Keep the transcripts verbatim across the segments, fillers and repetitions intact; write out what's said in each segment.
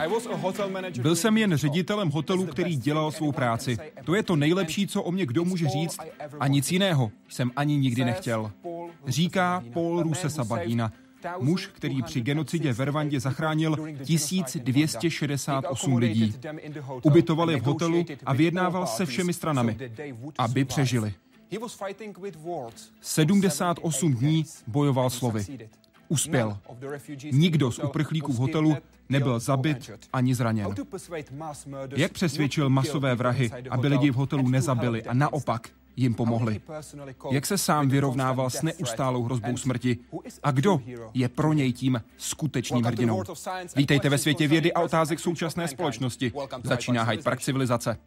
Byl jsem jen ředitelem hotelu, který dělal svou práci. To je to nejlepší, co o mě kdo může říct, a nic jiného jsem ani nikdy nechtěl. Říká Paul Rusesabagina, muž, který při genocidě ve Rwandě zachránil tisíc dvě stě šedesát osm lidí. Ubytoval je v hotelu a vyjednával se všemi stranami, aby přežili. sedmdesát osm dní bojoval slovy. Uspěl. Nikdo z uprchlíků v hotelu nebyl zabit ani zraněn. Jak přesvědčil masové vrahy, aby lidi v hotelu nezabili a naopak jim pomohli? Jak se sám vyrovnával s neustálou hrozbou smrti? A kdo je pro něj tím skutečným hrdinou? Vítejte ve světě vědy a otázek současné společnosti. Začíná Hyde Park civilizace.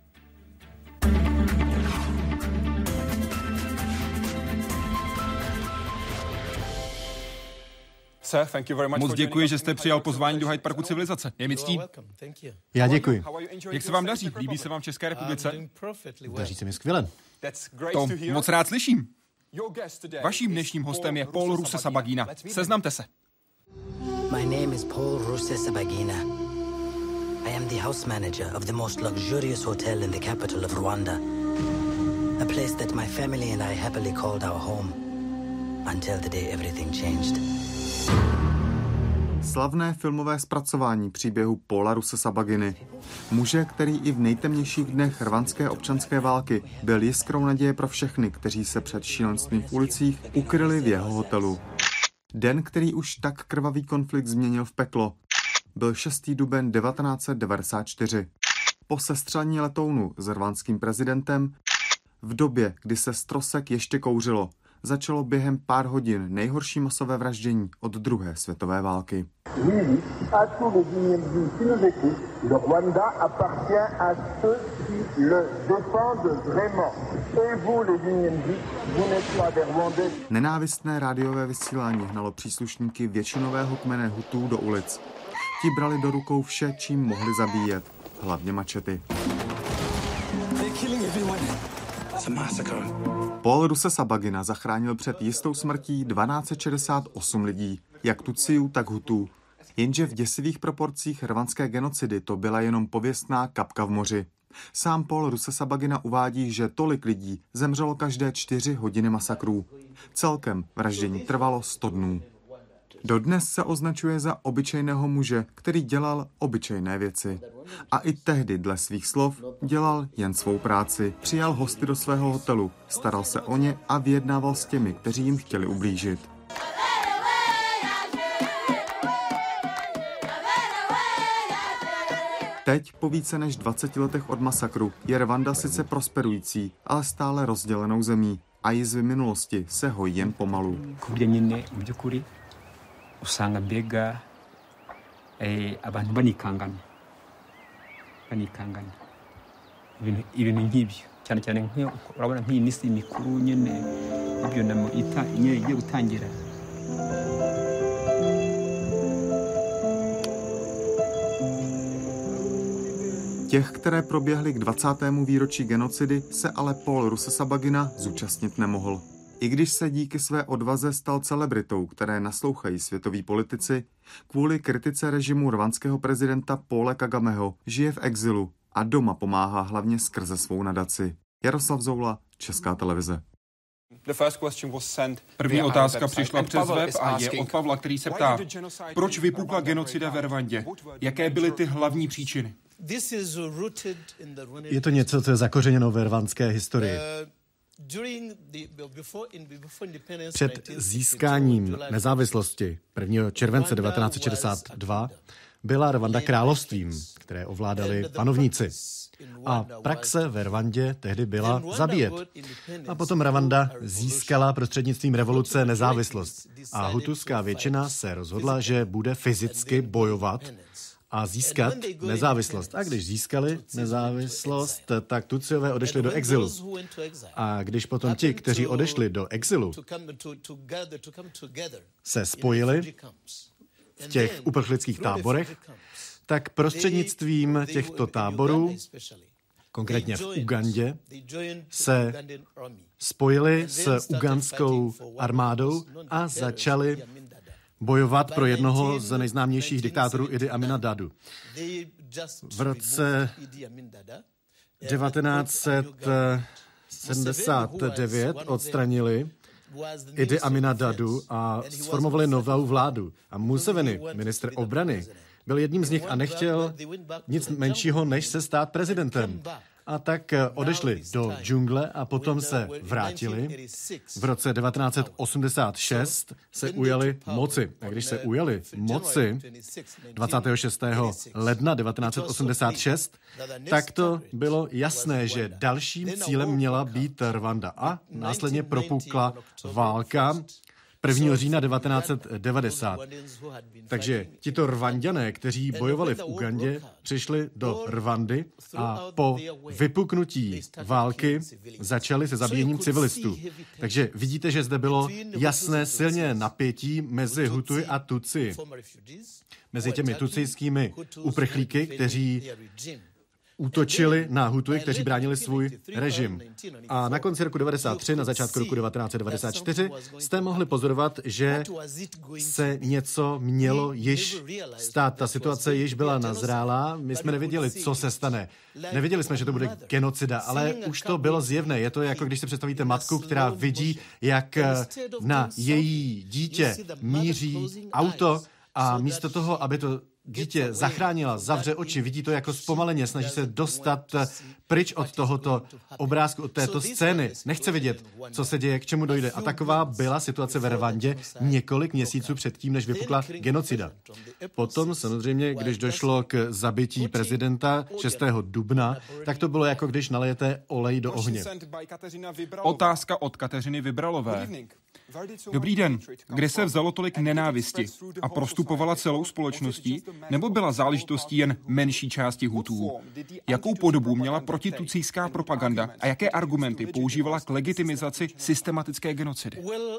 Moc děkuji, že jste přijal pozvání do Hyde Parku civilizace. Je mi ctí. Já děkuji. Jak se vám daří? Líbí se vám v České republice? Daří se mi skvěle. To moc rád slyším. Vaším dnešním hostem je Paul Rusesabagina. Seznamte se. My name is Paul Rusesabagina. I am the house manager of the most luxurious hotel in the capital of Rwanda. A place that my family and I happily called our home until the day everything changed. Slavné filmové zpracování příběhu Paula Rusesabaginy. Muže, který i v nejtemnějších dnech rwandské občanské války byl jiskrou naděje pro všechny, kteří se před šílenstvím v ulicích ukryli v jeho hotelu. Den, který už tak krvavý konflikt změnil v peklo, byl šestého dubna devatenáct set devadesát čtyři. Po sestřelení letounu s rwandským prezidentem, v době, kdy se z trosek ještě kouřilo, začalo během pár hodin nejhorší masové vraždění od druhé světové války. Nenávistné rádiové vysílání hnalo příslušníky většinového kmene Hutů do ulic. Ti brali do rukou vše, čím mohli zabíjet, hlavně mačety. Paul Rusesabagina zachránil před jistou smrtí tisíc dvě stě šedesát osm lidí, jak Tutsiů, tak Hutů. Jenže v děsivých proporcích rwandské genocidy to byla jenom pověstná kapka v moři. Sám Paul Rusesabagina uvádí, že tolik lidí zemřelo každé čtyři hodiny masakrů. Celkem vraždění trvalo sto dnů. Dodnes se označuje za obyčejného muže, který dělal obyčejné věci. A i tehdy, dle svých slov, dělal jen svou práci. Přijal hosty do svého hotelu, staral se o ně a vyjednával s těmi, kteří jim chtěli ublížit. Teď, po více než dvaceti letech od masakru, je Rwanda sice prosperující, ale stále rozdělenou zemí. A jizvy minulosti se hojí jen pomalu. Usanga mbega eh, abantu banikangana banikangana ibintu ibintu nk'ibyo cyane cyane nk'iyo urabona nk'iyi misi mikuru nyene ibyo namo ita nyene igiye gutangira. Těch, které proběhly k dvacátému výročí genocidy, se ale Paul Rusesabagina zúčastnit nemohl. I když se díky své odvaze stal celebritou, které naslouchají světoví politici, kvůli kritice režimu rwandského prezidenta Paula Kagameho žije v exilu a doma pomáhá hlavně skrze svou nadaci. Jaroslav Zoula, Česká televize. První otázka přišla přes web a je od Pavla, který se ptá, proč vypukla genocida ve Rwandě? Jaké byly ty hlavní příčiny? Je to něco, co je zakořeněno ve rwandské historii. Před získáním nezávislosti prvního července devatenáct set šedesát dva byla Rwanda královstvím, které ovládali panovníci. A praxe ve Rwandě tehdy byla zabíjet. A potom Rwanda získala prostřednictvím revoluce nezávislost. A hutuská většina se rozhodla, že bude fyzicky bojovat a získat nezávislost. A když získali nezávislost, tak Tutsiové odešli do exilu. A když potom ti, kteří odešli do exilu, se spojili v těch uprchlických táborech, tak prostřednictvím těchto táborů, konkrétně v Ugandě, se spojili s ugandskou armádou a začali bojovat pro jednoho z nejznámějších diktátorů Idi Amina Dadu. V roce devatenáct set sedmdesát devět odstranili Idi Amina Dadu a sformovali novou vládu. A Museveni, ministr obrany, byl jedním z nich a nechtěl nic menšího, než se stát prezidentem. A tak odešli do džungle a potom se vrátili. V roce devatenáct set osmdesát šest se ujali moci. A když se ujali moci dvacátého šestého ledna devatenáct set osmdesát šest, tak to bylo jasné, že dalším cílem měla být Rwanda. A následně propukla válka prvního října devatenáct set devadesát. Takže tito Rwanďané, kteří bojovali v Ugandě, přišli do Rwandy a po vypuknutí války začali se zabíjením civilistů. Takže vidíte, že zde bylo jasné silné napětí mezi Hutuji a Tutsi. Mezi těmi tutsijskými uprchlíky, kteří útočili na Hutuji, kteří bránili svůj režim. A na konci roku devadesát tři, na začátku roku devatenáct set devadesát čtyři, jste mohli pozorovat, že se něco mělo již stát. Ta situace již byla nazrálá, my jsme nevěděli, co se stane. Nevěděli jsme, že to bude genocida, ale už to bylo zjevné. Je to jako když si představíte matku, která vidí, jak na její dítě míří auto a místo toho, aby to dítě zachránila, zavře oči, vidí to jako zpomaleně, snaží se dostat pryč od tohoto obrázku, od této scény. Nechce vidět, co se děje, k čemu dojde. A taková byla situace ve Rwandě několik měsíců předtím, než vypukla genocida. Potom samozřejmě, když došlo k zabití prezidenta šestého dubna, tak to bylo jako když nalijete olej do ohně. Otázka od Kateřiny Vybralové. Dobrý den. Kde se vzalo tolik nenávisti a prostupovala celou společností, nebo byla záležitostí jen menší části Hutů? Jakou podobu měla protitutsijská propaganda a jaké argumenty používala k legitimizaci systematické genocidy?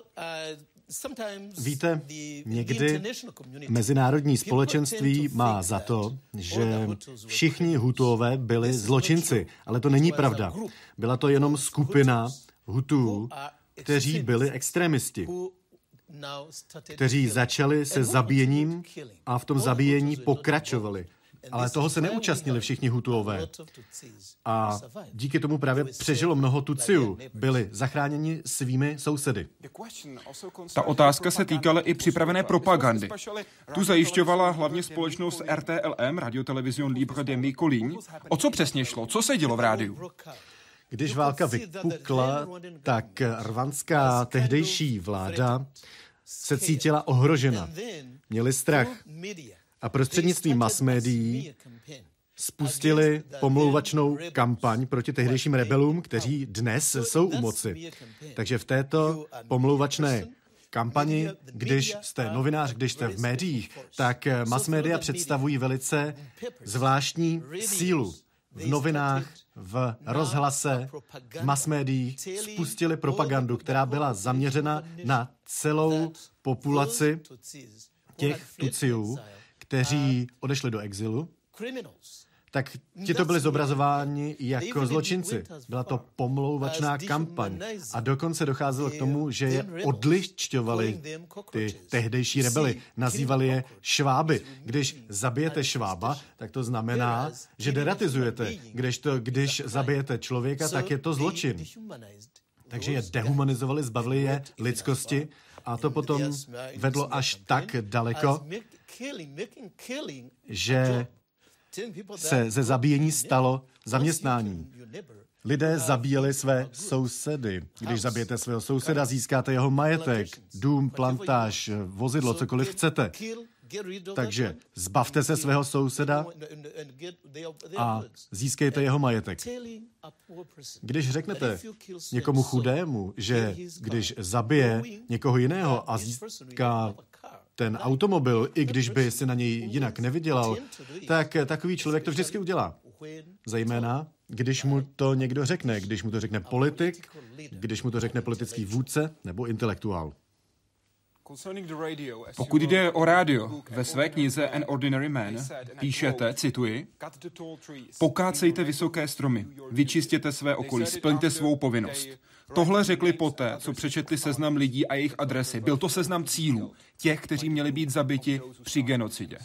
Víte, někdy mezinárodní společenství má za to, že všichni Hutuové byli zločinci, ale to není pravda. Byla to jenom skupina Hutů, kteří byli extremisti, kteří začali se zabíjením a v tom zabíjení pokračovali. Ale toho se neúčastnili všichni Hutuové. A díky tomu právě přežilo mnoho Tutsiů. Byli zachráněni svými sousedy. Ta otázka se týkala i připravené propagandy. Tu zajišťovala hlavně společnost R T L M, Radio-Télévision Libre de Mikoline. O co přesně šlo? Co se dělo v rádiu? Když válka vypukla, tak rwandská tehdejší vláda se cítila ohrožena. Měli strach. A prostřednictvím mass-médií spustili pomlouvačnou kampaň proti tehdejším rebelům, kteří dnes jsou u moci. Takže v této pomlouvačné kampani, když jste novinář, když jste v médiích, tak mass-média představují velice zvláštní sílu. V novinách, v rozhlase, v mass-médiích spustili propagandu, která byla zaměřena na celou populaci těch Tutsiů, kteří odešli do exilu, tak tito byli zobrazováni jako zločinci. Byla to pomlouvačná kampaň. A dokonce docházelo k tomu, že je odlišťovali ty tehdejší rebely. Nazývali je šváby. Když zabijete švába, tak to znamená, že deratizujete. Když, to, když zabijete člověka, tak je to zločin. Takže je dehumanizovali, zbavili je lidskosti a to potom vedlo až tak daleko, že se ze zabíjení stalo zaměstnání. Lidé zabíjeli své sousedy. Když zabijete svého souseda, získáte jeho majetek, dům, plantáž, vozidlo, cokoliv chcete. Takže zbavte se svého souseda a získejte jeho majetek. Když řeknete někomu chudému, že když zabije někoho jiného a získá ten automobil, i když by si na něj jinak nevydělal, tak takový člověk to vždycky udělá. Zejména, když mu to někdo řekne, když mu to řekne politik, když mu to řekne politický vůdce nebo intelektuál. Pokud jde o rádio, ve své knize An Ordinary Man píšete, cituji, pokácejte vysoké stromy, vyčistěte své okolí, splňte svou povinnost. Tohle řekli poté, co přečetli seznam lidí a jejich adresy. Byl to seznam cílů, těch, kteří měli být zabiti při genocidě.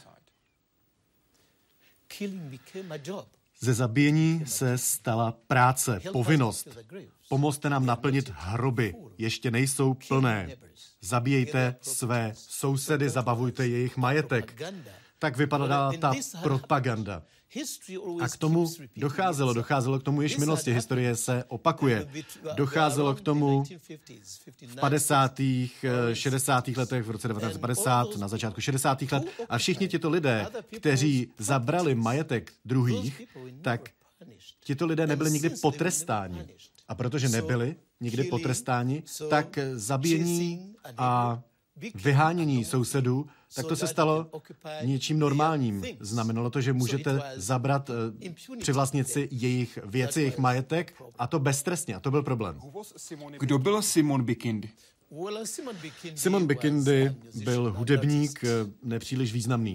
Ze zabíjení se stala práce, povinnost. Pomozte nám naplnit hroby, ještě nejsou plné. Zabíjejte své sousedy, zabavujte jejich majetek. Tak vypadala ta propaganda. A k tomu docházelo, docházelo k tomu již v minulosti. Historie se opakuje. Docházelo k tomu v padesátých, šedesátých letech, v roce devatenáct set padesát, na začátku šedesátých let. A všichni tito lidé, kteří zabrali majetek druhých, tak tito lidé nebyli nikdy potrestáni. A protože nebyli nikdy potrestáni, tak zabíjení a vyhánění sousedů, tak to se stalo něčím normálním. Znamenalo to, že můžete zabrat, přivlastnit si jejich věci, jejich majetek, a to beztrestně. A to byl problém. Kdo byl Simon Bikindi? Simon Bikindi byl hudebník, nepříliš významný.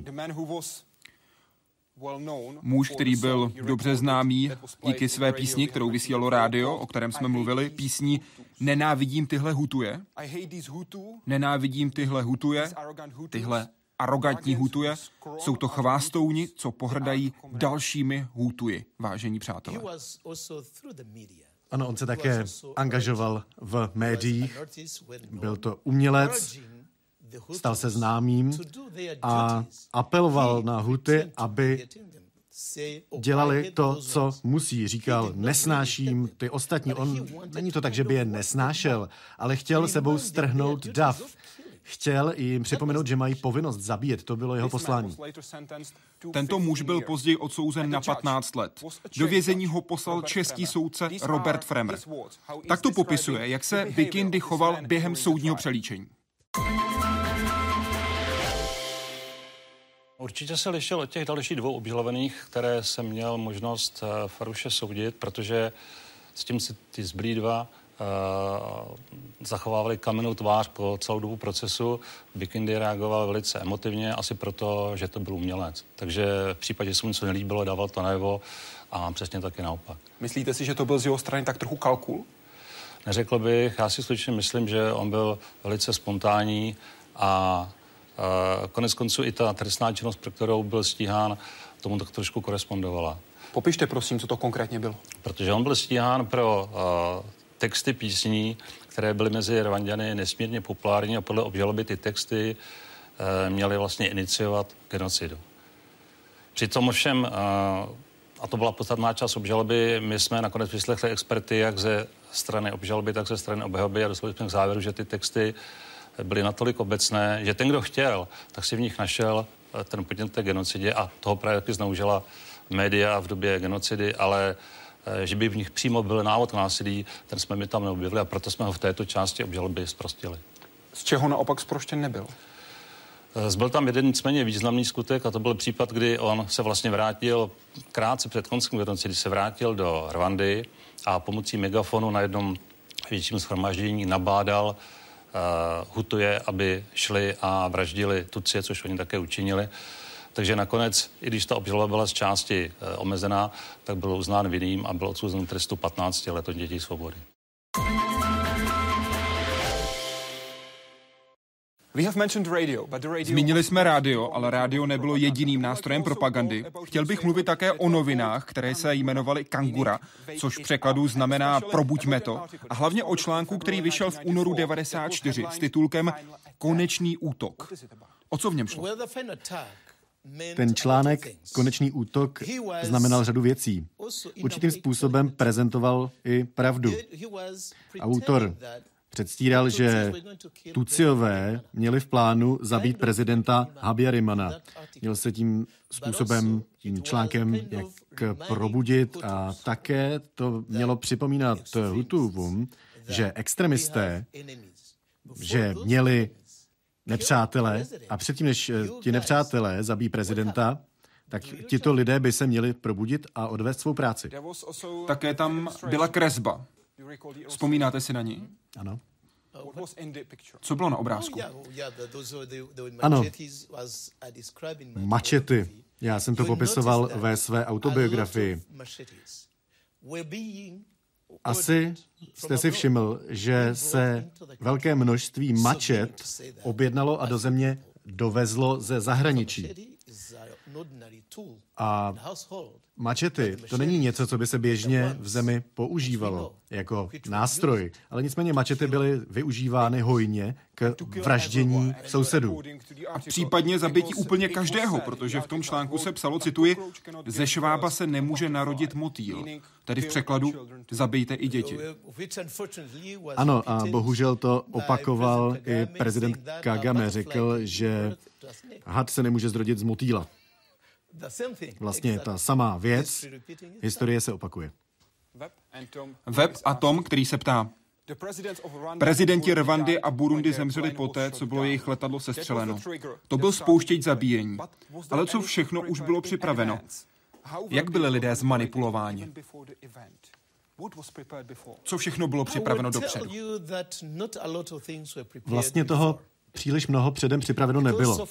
Muž, který byl dobře známý díky své písni, kterou vysílalo rádio, o kterém jsme mluvili, písní Nenávidím tyhle hutuje. Nenávidím tyhle hutuje, tyhle arrogantní hutuje. Jsou to chvástouni, co pohrdají dalšími hutuji, vážení přátelé. Ano, on se také angažoval v médiích. Byl to umělec, stal se známým a apeloval na Huty, aby dělali to, co musí. Říkal, nesnáším ty ostatní. On není to tak, že by je nesnášel, ale chtěl sebou strhnout dav. Chtěl jim připomenout, že mají povinnost zabíjet. To bylo jeho poslání. Tento muž byl později odsouzen na patnáct let. Do vězení ho poslal český soudce Robert Fremer. Tak to popisuje, jak se Bikindi choval během soudního přelíčení. Určitě se lišil od těch dalších dvou obžalovaných, které jsem měl možnost Faruše soudit, protože s tím si ty zbylí dva uh, zachovávali kamennou tvář po celou dobu procesu. Bikindi reagoval velice emotivně, asi proto, že to byl umělec. Takže v případě, že se mu něco nelíbilo, dával to najevo a přesně taky naopak. Myslíte si, že to byl z jeho strany tak trochu kalkul? Neřekl bych, já si skutečně myslím, že on byl velice spontánní a Uh, konec konců i ta trestná činnost, pro kterou byl stíhán, tomu tak trošku korespondovala. Popište prosím, co to konkrétně bylo. Protože on byl stíhán pro uh, texty písní, které byly mezi Rwanďany nesmírně populární a podle obžaloby ty texty uh, měly vlastně iniciovat genocidu. Přitom ovšem, uh, a to byla podstatná část obžaloby, my jsme nakonec vyslechli experty jak ze strany obžaloby, tak ze strany obhajoby a dospěli jsme k závěru, že ty texty byly natolik obecné, že ten, kdo chtěl, tak si v nich našel ten podnět té genocidě a toho právě taky zneužila média v době genocidy, ale že by v nich přímo byl návod k násilí, ten jsme my tam neobjevili a proto jsme ho v této části obžaloby zprostili. Z čeho naopak zproštěn nebyl? Byl tam jeden nicméně významný skutek a to byl případ, kdy on se vlastně vrátil krátce před koncem genocidy, se vrátil do Rwandy a pomocí megafonu na jednom větším shromáždění nabádal Uh, Hutuje, aby šli a vraždili Tutsie, což oni také učinili. Takže nakonec, i když ta obžaloba byla z části uh, omezená, tak byl uznán vinným a byl odsouzen k trestu patnáct let odnětí svobody. Zmínili jsme rádio, ale rádio nebylo jediným nástrojem propagandy. Chtěl bych mluvit také o novinách, které se jmenovaly Kangura, což v překladu znamená Probuďme to, a hlavně o článku, který vyšel v únoru devadesát čtyři s titulkem Konečný útok. O co v něm šlo? Ten článek Konečný útok znamenal řadu věcí. Určitým způsobem prezentoval i pravdu. Autor předstíral, že Tutsiové měli v plánu zabít prezidenta Habyarimana. Měl se tím způsobem, tím článkem, jak probudit a také to mělo připomínat Hutům, že extremisté, že měli nepřátelé a předtím, než ti nepřátelé zabíjí prezidenta, tak tito lidé by se měli probudit a odvést svou práci. Také tam byla kresba. Vzpomínáte si na ní? Ano. Co bylo na obrázku? Ano, mačety. Já jsem to popisoval ve své autobiografii. Asi jste si všiml, že se velké množství mačet objednalo a do země dovezlo ze zahraničí. A mačety, to není něco, co by se běžně v zemi používalo jako nástroj, ale nicméně mačety byly využívány hojně k vraždění sousedů. A případně zabití úplně každého, protože v tom článku se psalo, cituji, ze švába se nemůže narodit motýl. Tedy v překladu zabijte i děti. Ano, a bohužel to opakoval i prezident Kagame. Řekl, že had se nemůže zrodit z motýla. Vlastně ta samá věc, historie se opakuje. Web a Tom, který se ptá. Prezidenti Rwandy a Burundi zemřeli poté, co bylo jejich letadlo sestřeleno. To byl spouštěč zabíjení. Ale co všechno už bylo připraveno? Jak byli lidé zmanipulováni? Co všechno bylo připraveno dopředu? Vlastně toho příliš mnoho předem připraveno nebylo.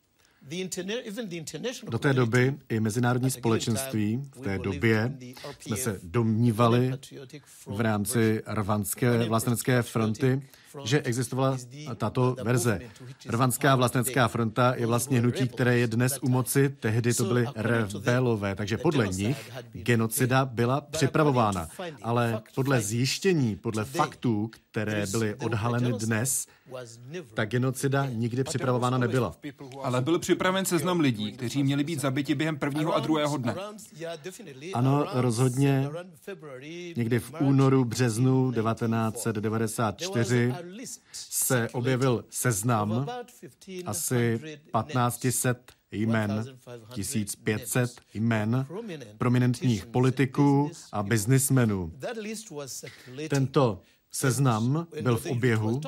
Do té doby i mezinárodní společenství v té době jsme se domnívali v rámci Rwandské vlastenecké fronty, že existovala tato verze. Rwandská vlastenecká fronta je vlastně hnutí, které je dnes u moci, tehdy to byly rebelové, takže podle nich genocida byla připravována. Ale podle zjištění, podle faktů, které byly odhaleny dnes, ta genocida nikdy připravována nebyla. Ale byl připraven seznam lidí, kteří měli být zabiti během prvního a druhého dne. Ano, rozhodně někdy v únoru, březnu devatenáct set devadesát čtyři se objevil seznam asi patnáct set jmen, tisíc pět set jmen prominentních politiků a biznismenů. Tento seznam byl v oběhu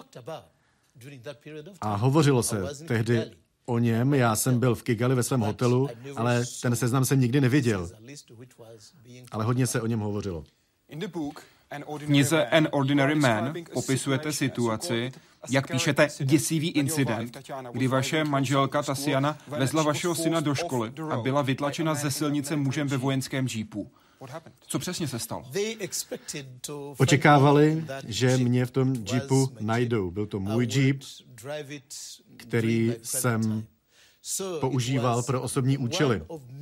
a hovořilo se tehdy o něm. Já jsem byl v Kigali ve svém hotelu, ale ten seznam jsem nikdy neviděl. Ale hodně se o něm hovořilo. V knize An Ordinary Man popisujete situaci, jak píšete, děsivý incident, kdy vaše manželka Tasiana vezla vašeho syna do školy a byla vytlačena ze silnice mužem ve vojenském džípu. Co přesně se stalo? Očekávali, že mě v tom džipu najdou. Byl to můj džip, který jsem používal pro osobní účely.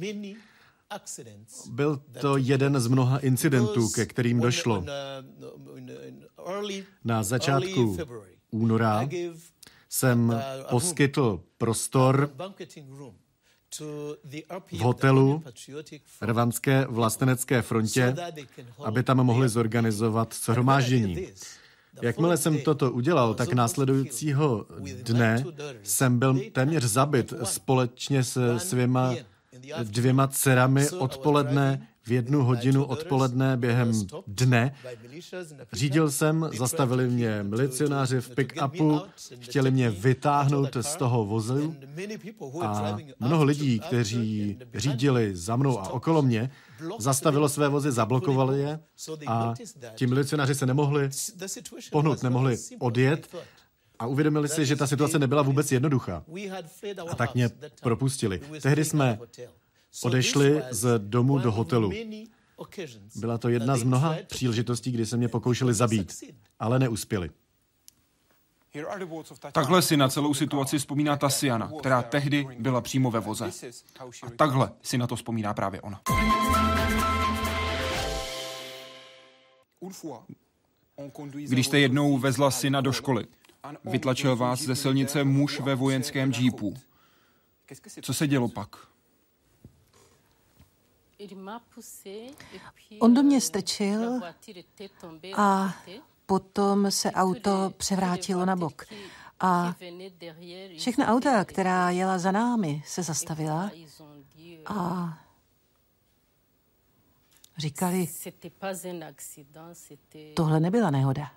Byl to jeden z mnoha incidentů, ke kterým došlo. Na začátku února jsem poskytl prostor v hotelu Rwandské vlastenecké frontě, aby tam mohli zorganizovat shromáždění. Jakmile jsem toto udělal, tak následujícího dne jsem byl téměř zabit společně se svýma dvěma dcerami odpoledne, v jednu hodinu odpoledne během dne. Řídil jsem, zastavili mě milicionáři v pick-upu, chtěli mě vytáhnout z toho vozu a mnoho lidí, kteří řídili za mnou a okolo mě, zastavilo své vozy, zablokovali je a ti milicionáři se nemohli pohnout, nemohli odjet a uvědomili si, že ta situace nebyla vůbec jednoduchá. A tak mě propustili. Tehdy jsme odešli z domu do hotelu. Byla to jedna z mnoha příležitostí, kdy se mě pokoušeli zabít, ale neuspěli. Takhle si na celou situaci vzpomíná Tasiana, která tehdy byla přímo ve voze. A takhle si na to vzpomíná právě ona. Když jste jednou vezla syna do školy, vytlačil vás ze silnice muž ve vojenském džípu. Co se dělo pak? On do mě strčil a potom se auto převrátilo na bok. A všechna auta, která jela za námi, se zastavila a říkali, tohle nebyla nehoda.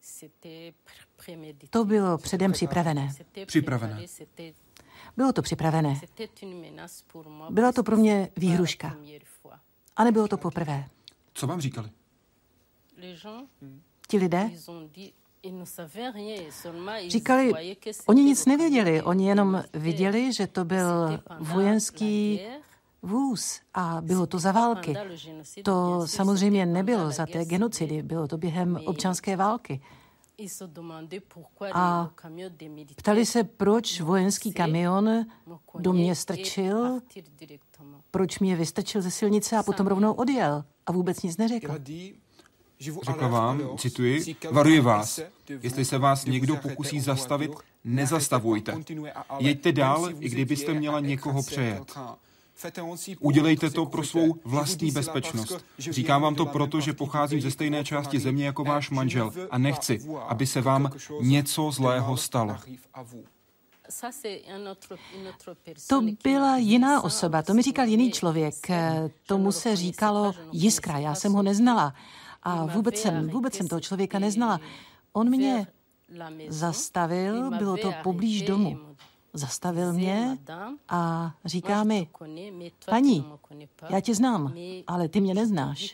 To bylo předem připravené. Připravené. Bylo to připravené. Byla to pro mě výhruška. A nebylo to poprvé. Co vám říkali? Ti lidé Říkali, oni nic nevěděli, oni jenom viděli, že to byl vojenský vůz a bylo to za války. To samozřejmě nebylo za té genocidy, bylo to během občanské války. A ptali se, proč vojenský kamion do mě strčil, proč mě vystrčil ze silnice a potom rovnou odjel a vůbec nic neřekl. Řekla vám, cituji, varuji vás, jestli se vás někdo pokusí zastavit, nezastavujte. Jeďte dál, i kdybyste měla někoho přejet. Udělejte to pro svou vlastní bezpečnost. Říkám vám to proto, že pocházím ze stejné části země jako váš manžel a nechci, aby se vám něco zlého stalo. To byla jiná osoba, to mi říkal jiný člověk. Tomu se říkalo Jiskra, já jsem ho neznala. A vůbec jsem, vůbec jsem toho člověka neznala. On mě zastavil, bylo to poblíž domu. Zastavil mě a říká mi, paní, já tě znám, ale ty mě neznáš.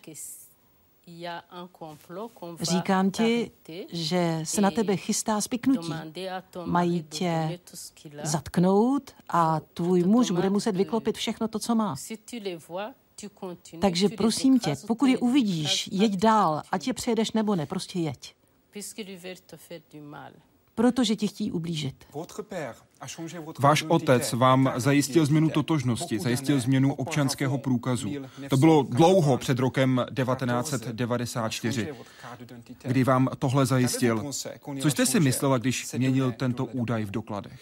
Říkám ti, že se na tebe chystá spiknutí. Mají tě zatknout a tvůj muž bude muset vyklopit všechno to, co má. Takže prosím tě, pokud je uvidíš, jeď dál, ať je přejedeš nebo ne, prostě jeď. Protože ti chtějí ublížit. Váš otec vám zajistil změnu totožnosti, zajistil změnu občanského průkazu. To bylo dlouho před rokem devatenáct set devadesát čtyři, kdy vám tohle zajistil. Co jste si myslela, když měnil tento údaj v dokladech?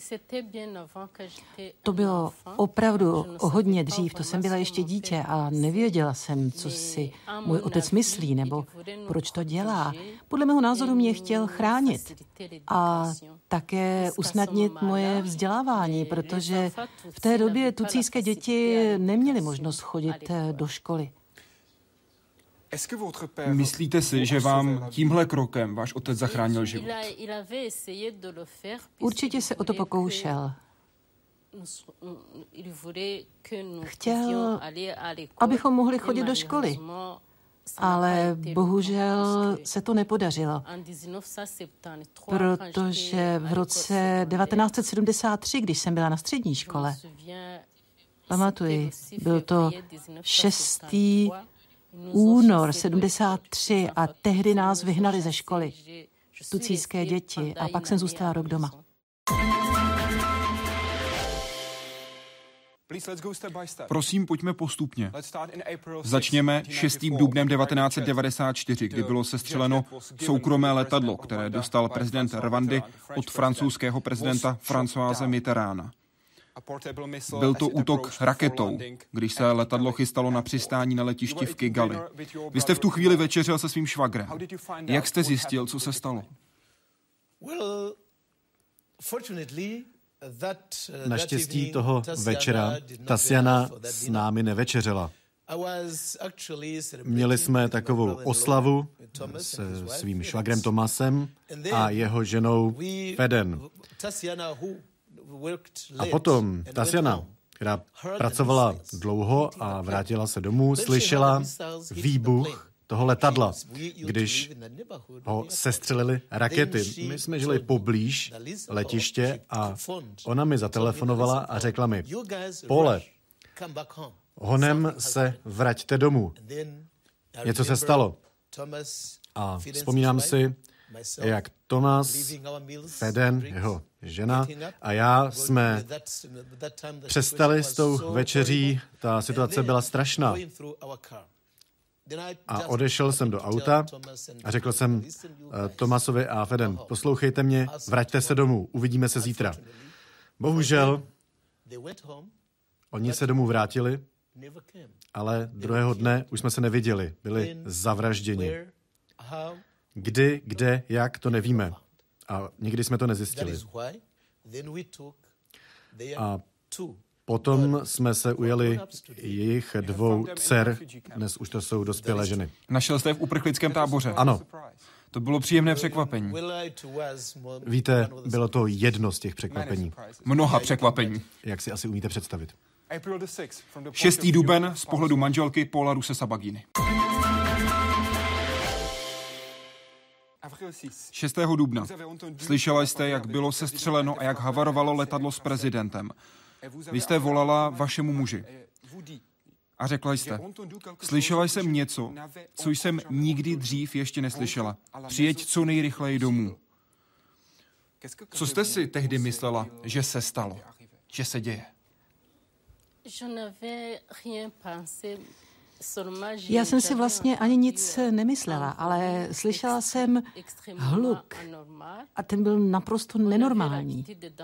To bylo opravdu hodně dřív, to jsem byla ještě dítě a nevěděla jsem, co si můj otec myslí nebo proč to dělá. Podle mého názoru mě chtěl chránit a také usnadnit moje vzdělávání, protože v té době tutsijské děti neměly možnost chodit do školy. Myslíte si, že vám tímhle krokem váš otec zachránil život? Určitě se o to pokoušel. Chtěl, abychom mohli chodit do školy. Ale bohužel se to nepodařilo, protože v roce devatenáct set sedmdesát tři, když jsem byla na střední škole, pamatuji, byl to šestý únor sedmdesát tři a tehdy nás vyhnali ze školy, tutsijské děti, a pak jsem zůstala rok doma. Prosím, pojďme postupně. Začněme šestým dubnem devatenáct set devadesát čtyři, kdy bylo sestřeleno soukromé letadlo, které dostal prezident Rwandy od francouzského prezidenta Françoise Mitterranda. Byl to útok raketou, když se letadlo chystalo na přistání na letišti v Kigali. Vy jste v tu chvíli večeřel se svým švagrem. Jak jste zjistil, co se stalo? Naštěstí toho večera Tasiana s námi nevečeřela. Měli jsme takovou oslavu se svým švagrem Tomasem a jeho ženou Feden. A potom Tasiana, která pracovala dlouho a vrátila se domů, slyšela výbuch toho letadla, když ho sestřelili rakety. My jsme žili poblíž letiště a ona mi zatelefonovala a řekla mi, Pole, honem se vraťte domů. Něco se stalo. A vzpomínám si, jak Tomas, Feden, jeho žena a já jsme přestali s tou večeří. Ta situace byla strašná. A odešel jsem do auta a řekl jsem Tomasovi a Feden, poslouchejte mě, vraťte se domů, uvidíme se zítra. Bohužel, oni se domů vrátili, ale druhého dne už jsme se neviděli, byli zavražděni. Kdy, kde, jak, to nevíme. A nikdy jsme to nezjistili. A potom jsme se ujeli jejich dvou dcer, dnes už to jsou dospělé ženy. Našel jste je v uprchlickém táboře? Ano. To bylo příjemné překvapení. Víte, bylo to jedno z těch překvapení. Mnoha překvapení. Jak si asi umíte představit. šestý duben z pohledu manželky Paula Rusesabaginy. šestého dubna. Slyšela jste, jak bylo sestřeleno a jak havarovalo letadlo s prezidentem. Vy jste volala vašemu muži. A řekla jste, slyšela jsem něco, co jsem nikdy dřív ještě neslyšela. Přijeď co nejrychleji domů. Co jste si tehdy myslela, že se stalo? Že se děje? Já jsem si vlastně ani nic nemyslela, ale slyšela jsem hluk a ten byl naprosto nenormální.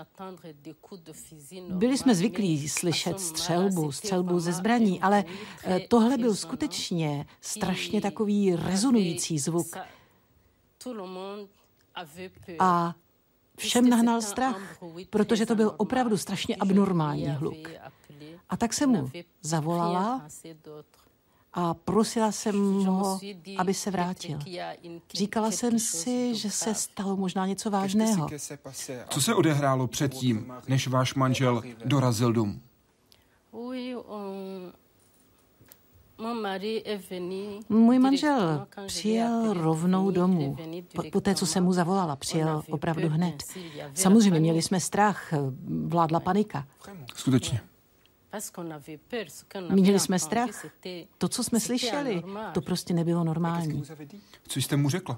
Byli jsme zvyklí slyšet střelbu, střelbu ze zbraní, ale tohle byl skutečně strašně takový rezonující zvuk. A všem nahnal strach, protože to byl opravdu strašně abnormální hluk. A tak jsem mu zavolala a prosila jsem ho, aby se vrátil. Říkala jsem si, že se stalo možná něco vážného. Co se odehrálo předtím, než váš manžel dorazil domů? Můj manžel přijel rovnou domů. Po, po té, co jsem mu zavolala, přijel opravdu hned. Samozřejmě měli jsme strach, vládla panika. Skutečně. Měli jsme strach. To, co jsme slyšeli, to prostě nebylo normální. Co jste mu řekla?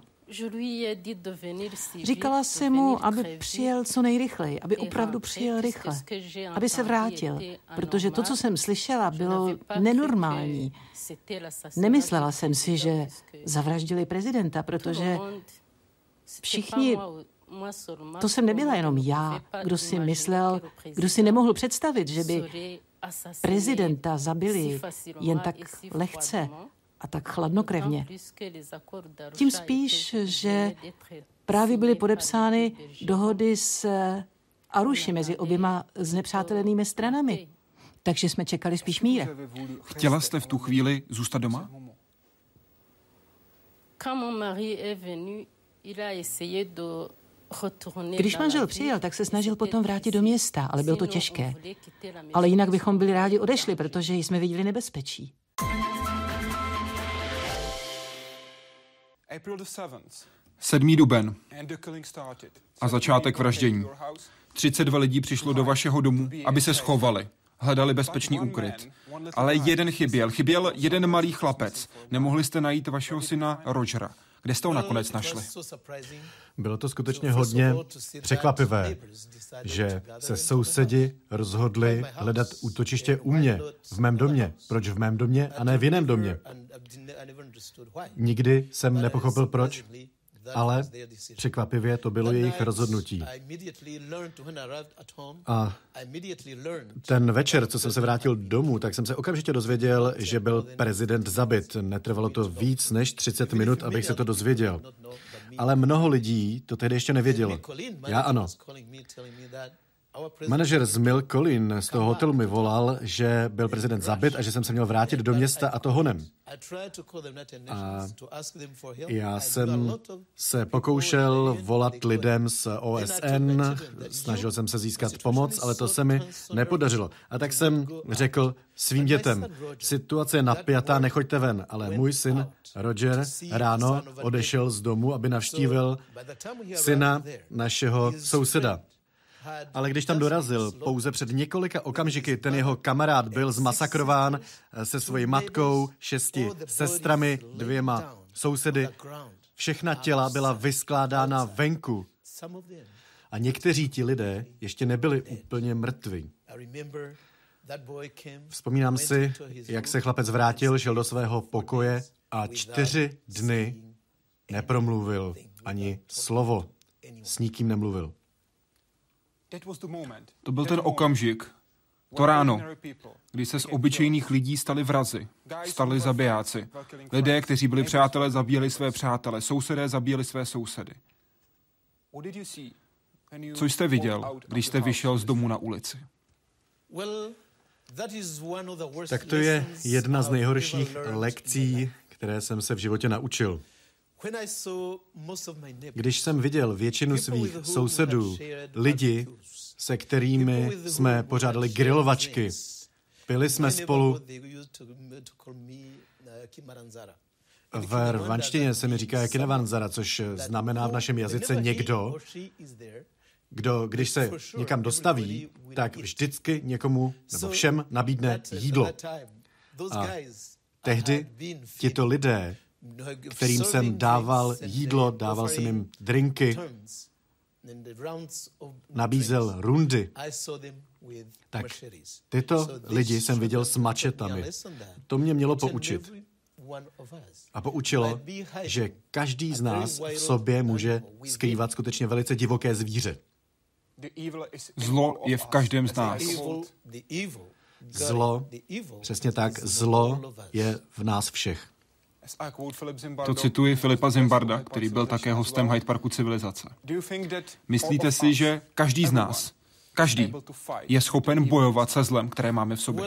Říkala jsem mu, aby přijel co nejrychleji, aby opravdu přijel rychle, aby se vrátil, protože to, co jsem slyšela, bylo nenormální. Nemyslela jsem si, že zavraždili prezidenta, protože všichni, to jsem nebyla jenom já, kdo si myslel, kdo si nemohl představit, že by prezidenta zabili jen tak lehce a tak chladnokrevně. Tím spíš, že právě byly podepsány dohody s Aruši mezi oběma znepřátelenými stranami. Takže jsme čekali spíš mír. Chtěla jste v tu chvíli zůstat doma? Když manžel přijel, tak se snažil potom vrátit do města, ale bylo to těžké. Ale jinak bychom byli rádi odešli, protože jsme viděli nebezpečí. sedmý duben a začátek vraždění. třicet dva lidí přišlo do vašeho domu, aby se schovali. Hledali bezpečný úkryt. Ale jeden chyběl. Chyběl jeden malý chlapec. Nemohli jste najít vašeho syna Rogera. Kde jste ho nakonec našli? Bylo to skutečně hodně překvapivé, že se sousedi rozhodli hledat útočiště u mě, v mém domě. Proč v mém domě a ne v jiném domě? Nikdy jsem nepochopil proč, ale překvapivě to bylo jejich rozhodnutí. A ten večer, co jsem se vrátil domů, tak jsem se okamžitě dozvěděl, že byl prezident zabit. Netrvalo to víc než třicet minut, abych se to dozvěděl. Ale mnoho lidí to tehdy ještě nevědělo. Já ano. Manažer z Mill Collin z toho hotelu mi volal, že byl prezident zabit a že jsem se měl vrátit do města a to honem. A já jsem se pokoušel volat lidem z O S N, snažil jsem se získat pomoc, ale to se mi nepodařilo. A tak jsem řekl svým dětem, situace je napjatá, nechoďte ven, ale můj syn Roger ráno odešel z domu, aby navštívil syna našeho souseda. Ale když tam dorazil, pouze před několika okamžiky ten jeho kamarád byl zmasakrován se svojí matkou, šesti sestrami, dvěma sousedy. Všechna těla byla vyskládána venku. A někteří ti lidé ještě nebyli úplně mrtví. Vzpomínám si, jak se chlapec vrátil, šel do svého pokoje a čtyři dny nepromluvil ani slovo. S nikým nemluvil. To byl ten okamžik, to ráno, kdy se z obyčejných lidí stali vrazi, stali zabijáci. Lidé, kteří byli přátelé, zabíjeli své přátele, sousedé zabíjeli své sousedy. Co jste viděl, když jste vyšel z domu na ulici? Tak to je jedna z nejhorších lekcí, které jsem se v životě naučil. Když jsem viděl většinu svých sousedů, lidi, se kterými jsme pořádali grilovačky, pili jsme spolu, V rvanštině se mi říká Kinavanzara, což znamená v našem jazyce někdo, kdo, když se někam dostaví, tak vždycky někomu nebo všem nabídne jídlo. A tehdy tito lidé, kterým jsem dával jídlo, dával jsem jim drinky, nabízel rundy, tak tyto lidi jsem viděl s mačetami. To mě mělo poučit. A poučilo, že každý z nás v sobě může skrývat skutečně velice divoké zvíře. Zlo je v každém z nás. Zlo, přesně tak, zlo je v nás všech. To cituji Filipa Zimbarda, který byl také hostem Hyde Parku civilizace. Myslíte si, že každý z nás, každý, je schopen bojovat se zlem, které máme v sobě?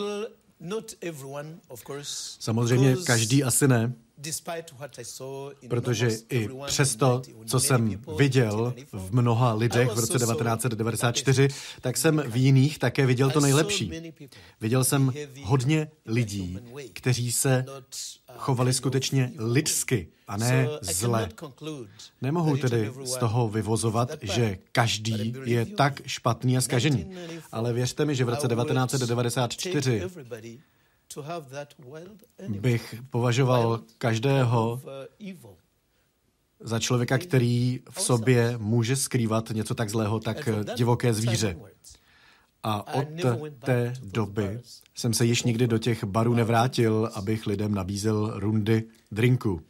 Samozřejmě každý asi ne, protože i přesto, co jsem viděl v mnoha lidech v roce devatenáct set devadesát čtyři, tak jsem v jiných také viděl to nejlepší. Viděl jsem hodně lidí, kteří se chovali skutečně lidsky a ne zle. Nemohu tedy z toho vyvozovat, že každý je tak špatný a zkažený. Ale věřte mi, že v roce devatenáct set devadesát čtyři bych považoval každého za člověka, který v sobě může skrývat něco tak zlého, tak divoké zvíře. A od té doby jsem se již nikdy do těch barů nevrátil, abych lidem nabízel rundy drinku.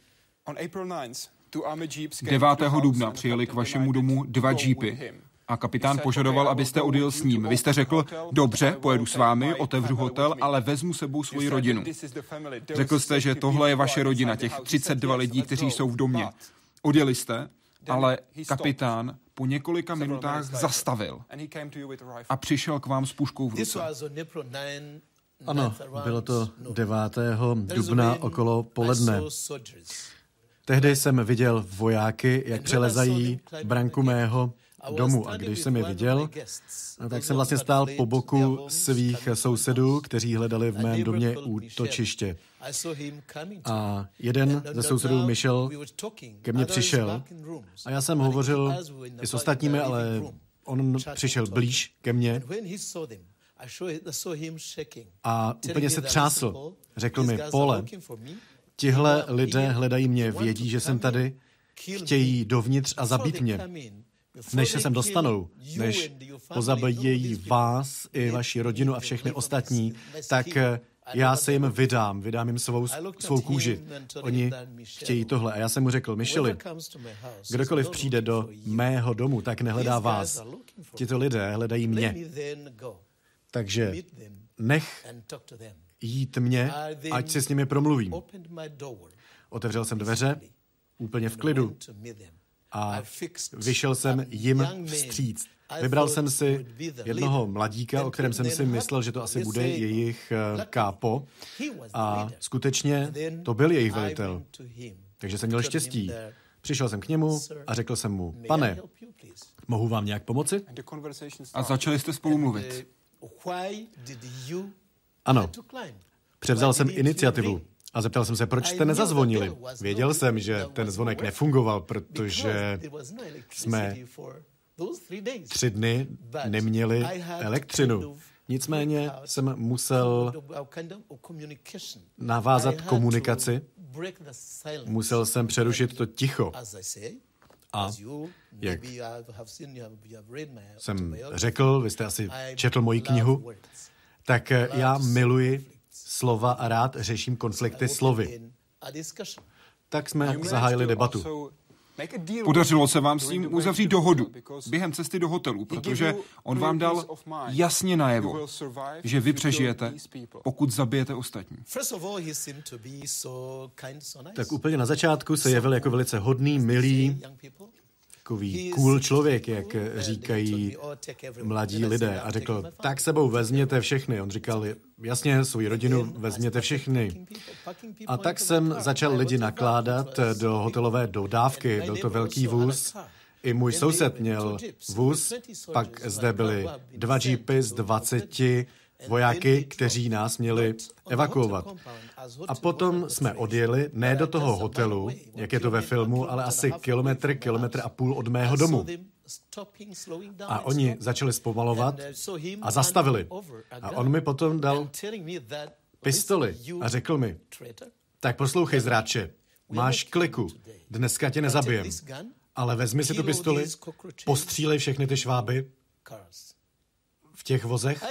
devátého dubna přijeli k vašemu domu dva džípy a kapitán požadoval, abyste odjel s ním. Vy jste řekl, dobře, pojedu s vámi, otevřu hotel, ale vezmu sebou svoji rodinu. Řekl jste, že tohle je vaše rodina, těch třicet dva lidí, kteří jsou v domě. Odjeli jste, ale kapitán po několika minutách zastavil a přišel k vám s puškou v ruce. Ano, bylo to devátého dubna okolo poledne. Tehdy jsem viděl vojáky, jak přelezají branku mého domu. A když jsem je viděl, tak jsem vlastně stál po boku svých sousedů, kteří hledali v mém domě útočiště. A jeden ze sousedů, Michel, ke mně přišel a já jsem hovořil i s ostatními, ale on přišel blíž ke mně a úplně se třásl. Řekl mi, Paule, tihle lidé hledají mě, vědí, že jsem tady, chtějí dovnitř a zabít mě. Než se sem dostanou, než pozabijí vás i vaši rodinu a všechny ostatní, tak já se jim vydám, vydám jim svou, svou kůži. Oni chtějí tohle. A já jsem mu řekl, Micheli, kdokoliv přijde do mého domu, tak nehledá vás. Tito lidé hledají mě. Takže nech jít mě, ať se s nimi promluvím. Otevřel jsem dveře, úplně v klidu. A vyšel jsem jim vstříc. Vybral jsem si jednoho mladíka, o kterém jsem si myslel, že to asi bude jejich kápo. A skutečně to byl jejich velitel. Takže jsem měl štěstí. Přišel jsem k němu a řekl jsem mu, pane, mohu vám nějak pomoci? A začali jste spolu mluvit. Ano. Převzal jsem iniciativu. A zeptal jsem se, proč jste nezazvonili. Věděl jsem, že ten zvonek nefungoval, protože jsme tři dny neměli elektřinu. Nicméně jsem musel navázat komunikaci, musel jsem přerušit to ticho. A jak jsem řekl, vy jste asi četl moji knihu, tak já miluji slova a rád řeším konflikty slovy. Tak jsme zahájili debatu. Podařilo se vám s ním uzavřít dohodu během cesty do hotelu, protože on vám dal jasně najevo, že vy přežijete, pokud zabijete ostatní. Tak úplně na začátku se jevil jako velice hodný, milý, takový cool člověk, jak říkají mladí lidé. A řekl, tak sebou vezměte všechny. On říkal, jasně, svou rodinu vezměte všechny. A tak jsem začal lidi nakládat do hotelové dodávky. Byl to velký vůz. I můj soused měl vůz. Pak zde byly dva džípy s dvaceti vojáky, kteří nás měli evakuovat. A potom jsme odjeli, ne do toho hotelu, jak je to ve filmu, ale asi kilometr, kilometr a půl od mého domu. A oni začali zpomalovat a zastavili. A on mi potom dal pistoli a řekl mi, tak poslouchej, zráče, máš kliku, dneska tě nezabijem, ale vezmi si tu pistoli, postřílej všechny ty šváby v těch vozech.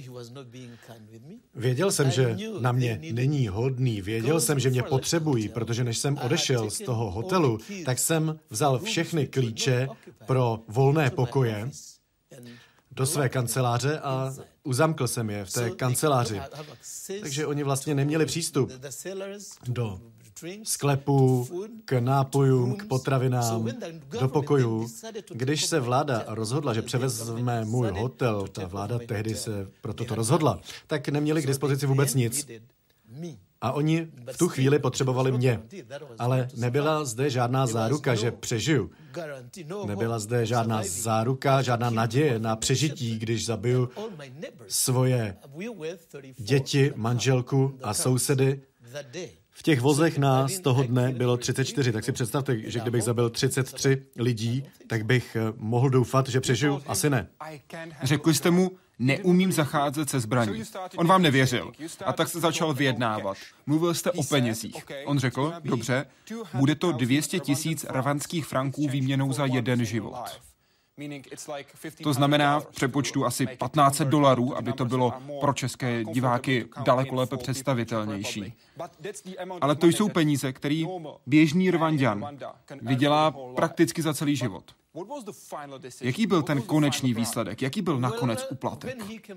Věděl jsem, že na mě není hodný, věděl jsem, že mě potřebují, protože než jsem odešel z toho hotelu, tak jsem vzal všechny klíče pro volné pokoje do své kanceláře a uzamkl jsem je v té kanceláři. Takže oni vlastně neměli přístup do sklepů, k nápojům, k potravinám, do pokojů. Když se vláda rozhodla, že převezme můj hotel, ta vláda tehdy se pro toto rozhodla, tak neměli k dispozici vůbec nic. A oni v tu chvíli potřebovali mě. Ale nebyla zde žádná záruka, že přežiju. Nebyla zde žádná záruka, žádná naděje na přežití, když zabiju svoje děti, manželku a sousedy. V těch vozech nás toho dne bylo třicet čtyři, tak si představte, že kdybych zabil třicet tři lidí, tak bych mohl doufat, že přežiju? Asi ne. Řekli jste mu, neumím zacházet se zbraní. On vám nevěřil. A tak se začal vyjednávat. Mluvil jste o penězích. On řekl, dobře, bude to dvě stě tisíc rwandských franků výměnou za jeden život. To znamená v přepočtu asi patnáct set dolarů, aby to bylo pro české diváky daleko lépe představitelnější. Ale to jsou peníze, které běžný Rwanďan vydělá prakticky za celý život. Jaký byl ten konečný výsledek? Jaký byl nakonec úplatek?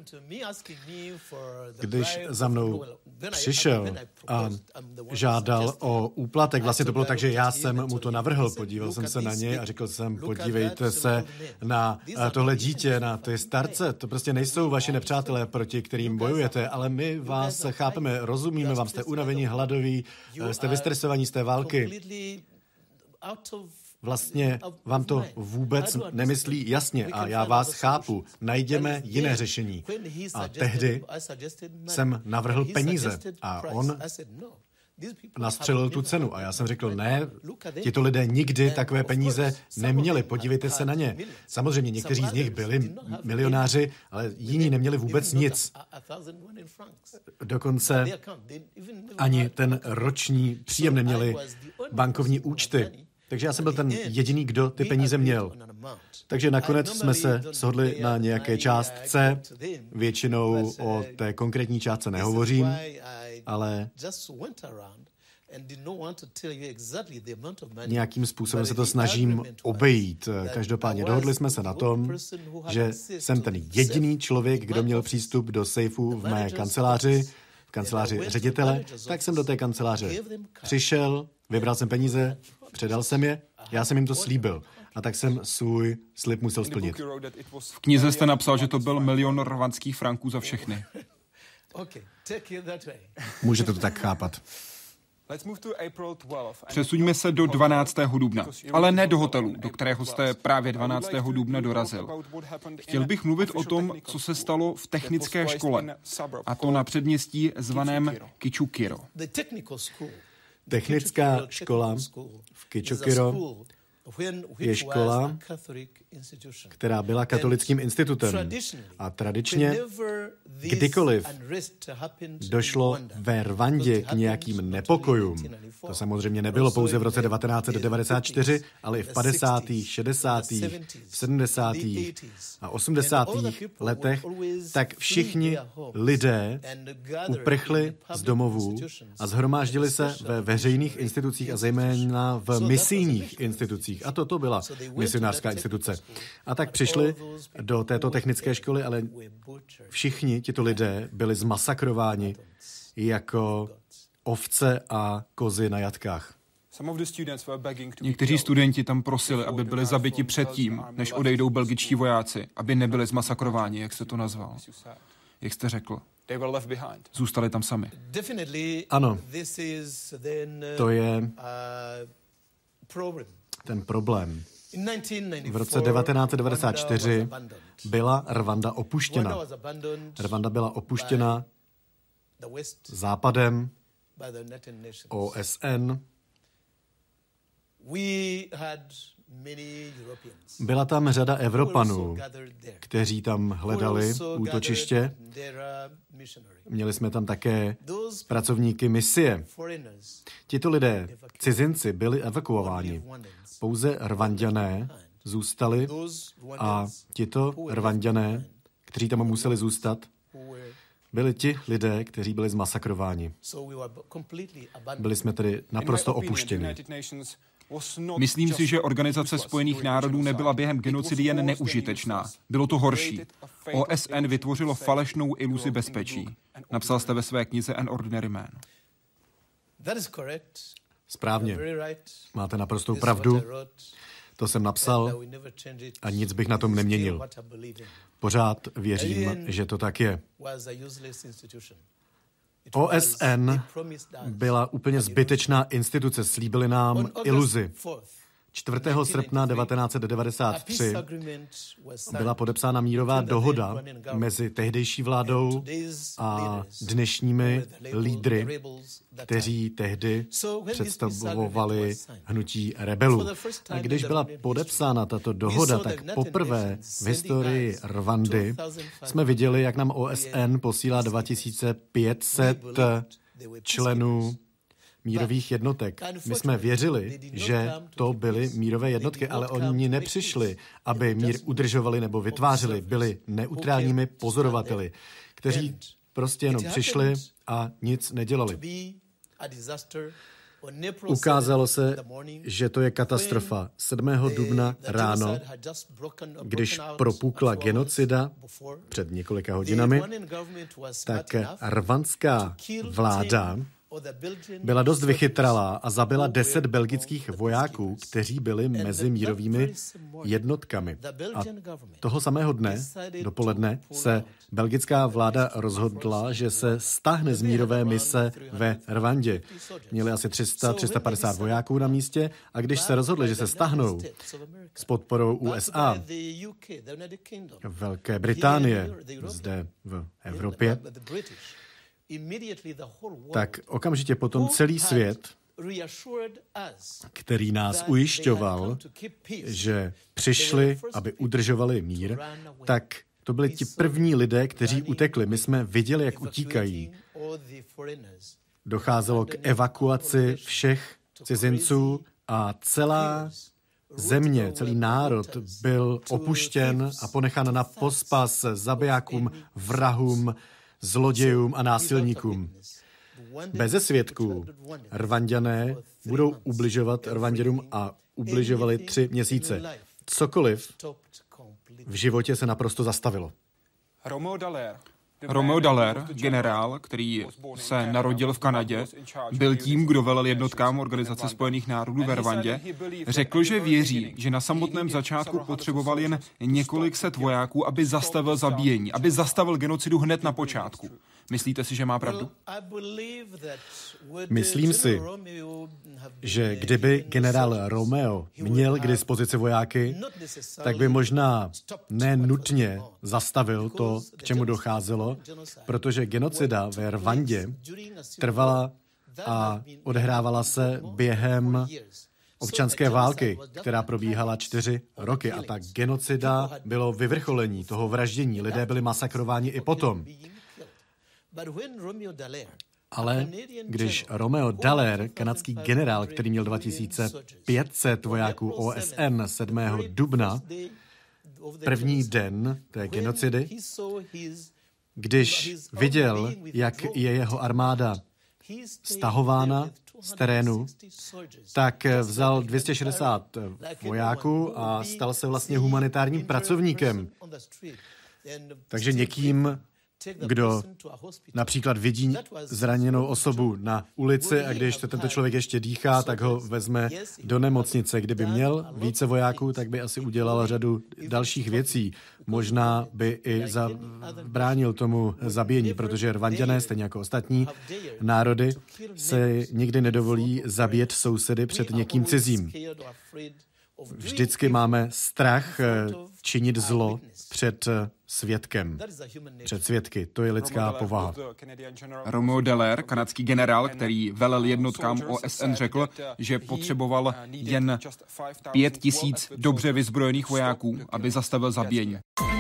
Když za mnou přišel a žádal o úplatek, vlastně to bylo tak, že já jsem mu to navrhl, podíval jsem se na něj a řekl jsem, podívejte se na tohle dítě, na ty starce, to prostě nejsou vaši nepřátelé, proti kterým bojujete, ale my vás chápeme, rozumíme vám, jste unavení, hladoví, jste vystresovaní z té války. Vlastně vám to vůbec nemyslí jasně a já vás chápu. Najdeme jiné řešení. A tehdy jsem navrhl peníze a on nastřelil tu cenu. A já jsem řekl, ne, tito lidé nikdy takové peníze neměli. Podívejte se na ně. Samozřejmě někteří z nich byli milionáři, ale jiní neměli vůbec nic. Dokonce ani ten roční příjem neměli bankovní účty. Takže já jsem byl ten jediný, kdo ty peníze měl. Takže nakonec jsme se shodli na nějaké částce. Většinou o té konkrétní částce nehovořím, ale nějakým způsobem se to snažím obejít. Každopádně dohodli jsme se na tom, že jsem ten jediný člověk, kdo měl přístup do sejfu v mé kanceláři, v kanceláři ředitele, tak jsem do té kanceláře přišel, vybral jsem peníze, předal jsem je, já jsem jim to slíbil. A tak jsem svůj slib musel splnit. V knize jste napsal, že to byl milion rwandských franků za všechny. Můžete to tak chápat. Přesuňme se do dvanáctého dubna, ale ne do hotelu, do kterého jste právě dvanáctého dubna dorazil. Chtěl bych mluvit o tom, co se stalo v technické škole, a to na předměstí zvaném Kichukiro. Technická škola v Kichukiro je škola, která byla katolickým institutem. A tradičně, kdykoliv došlo ve Rwandě k nějakým nepokojům, to samozřejmě nebylo pouze v roce devatenáct set devadesát čtyři, ale i v padesátých, šedesátých, sedmdesátých a osmdesátých letech, tak všichni lidé uprchli z domovů a shromáždili se ve veřejných institucích a zejména v misijních institucích. A toto byla misionářská instituce. A tak přišli do této technické školy, ale všichni tito lidé byli zmasakrováni jako ovce a kozy na jatkách. Někteří studenti tam prosili, aby byli zabiti předtím, než odejdou belgičtí vojáci, aby nebyli zmasakrováni, jak jste to nazval. Jak jste řekl? Zůstali tam sami. Ano, to je ten problém. V roce devatenáct set devadesát čtyři byla Rwanda opuštěna. Rwanda byla opuštěna Západem, O S N. Byla tam řada Evropanů, kteří tam hledali útočiště. Měli jsme tam také pracovníky misie. Tito lidé, cizinci, byli evakuováni. Pouze Rwanďané zůstali a tito Rwanďané, kteří tam museli zůstat, byli ti lidé, kteří byli zmasakrováni. Byli jsme tedy naprosto opuštěni. Myslím si, že Organizace spojených národů nebyla během genocidy jen neužitečná. Bylo to horší. O S N vytvořilo falešnou iluzi bezpečí. Napsal jste ve své knize An Ordinary Man. Správně. Máte naprostou pravdu. To jsem napsal a nic bych na tom neměnil. Pořád věřím, že to tak je. O S N byla úplně zbytečná instituce, slíbili nám iluzi. čtvrtého srpna devatenáct set devadesát tři byla podepsána mírová dohoda mezi tehdejší vládou a dnešními lídry, kteří tehdy představovali hnutí rebelů. A když byla podepsána tato dohoda, tak poprvé v historii Rwandy jsme viděli, jak nám O S N posílá dva tisíce pět set členů mírových jednotek. My jsme věřili, že to byly mírové jednotky, ale oni nepřišli, aby mír udržovali nebo vytvářeli. Byli neutrálními pozorovateli, kteří prostě jenom přišli a nic nedělali. Ukázalo se, že to je katastrofa. sedmého dubna ráno, když propukla genocida před několika hodinami, tak rwandská vláda byla dost vychytralá a zabila deset belgických vojáků, kteří byli mezi mírovými jednotkami. A toho samého dne, dopoledne, se belgická vláda rozhodla, že se stáhne z mírové mise ve Rwandě. Měli asi tři sta až tři sta padesát vojáků na místě a když se rozhodli, že se stáhnou s podporou U S A, Velké Británie, zde v Evropě, tak okamžitě potom celý svět, který nás ujišťoval, že přišli, aby udržovali mír, tak to byli ti první lidé, kteří utekli. My jsme viděli, jak utíkají. Docházelo k evakuaci všech cizinců a celá země, celý národ byl opuštěn a ponechán na pospas zabijákům, vrahům, zlodějům a násilníkům. Beze svědků Rwanďané budou ubližovat Rwanděnům a ubližovali tři měsíce. Cokoliv v životě se naprosto zastavilo. Romeo Dallaire, generál, který se narodil v Kanadě, byl tím, kdo velel jednotkám Organizace spojených národů ve Rwandě, řekl, že věří, že na samotném začátku potřeboval jen několik set vojáků, aby zastavil zabíjení, aby zastavil genocidu hned na počátku. Myslíte si, že má pravdu? Myslím si, že kdyby generál Romeo měl k dispozici vojáky, tak by možná nenutně zastavil to, k čemu docházelo, protože genocida ve Rwandě trvala a odehrávala se během občanské války, která probíhala čtyři roky. A ta genocida bylo vyvrcholení toho vraždění. Lidé byli masakrováni i potom. Ale když Romeo Dallaire, kanadský generál, který měl dva tisíce pět set vojáků O S N sedmého dubna, první den té genocidy, když viděl, jak je jeho armáda stahována z terénu, tak vzal dvě stě šedesát vojáků a stal se vlastně humanitárním pracovníkem. Takže někým, kdo například vidí zraněnou osobu na ulici a když to tento člověk ještě dýchá, tak ho vezme do nemocnice. Kdyby měl více vojáků, tak by asi udělal řadu dalších věcí. Možná by i zabránil tomu zabíjení, protože Rwanďané, stejně jako ostatní národy, se nikdy nedovolí zabíjet sousedy před někým cizím. Vždycky máme strach činit zlo před svědkem, před svědky. To je lidská povaha. Romeo Dallaire, kanadský generál, který velel jednotkám O S N, řekl, že potřeboval jen pět tisíc dobře vyzbrojených vojáků, aby zastavil zabíjení.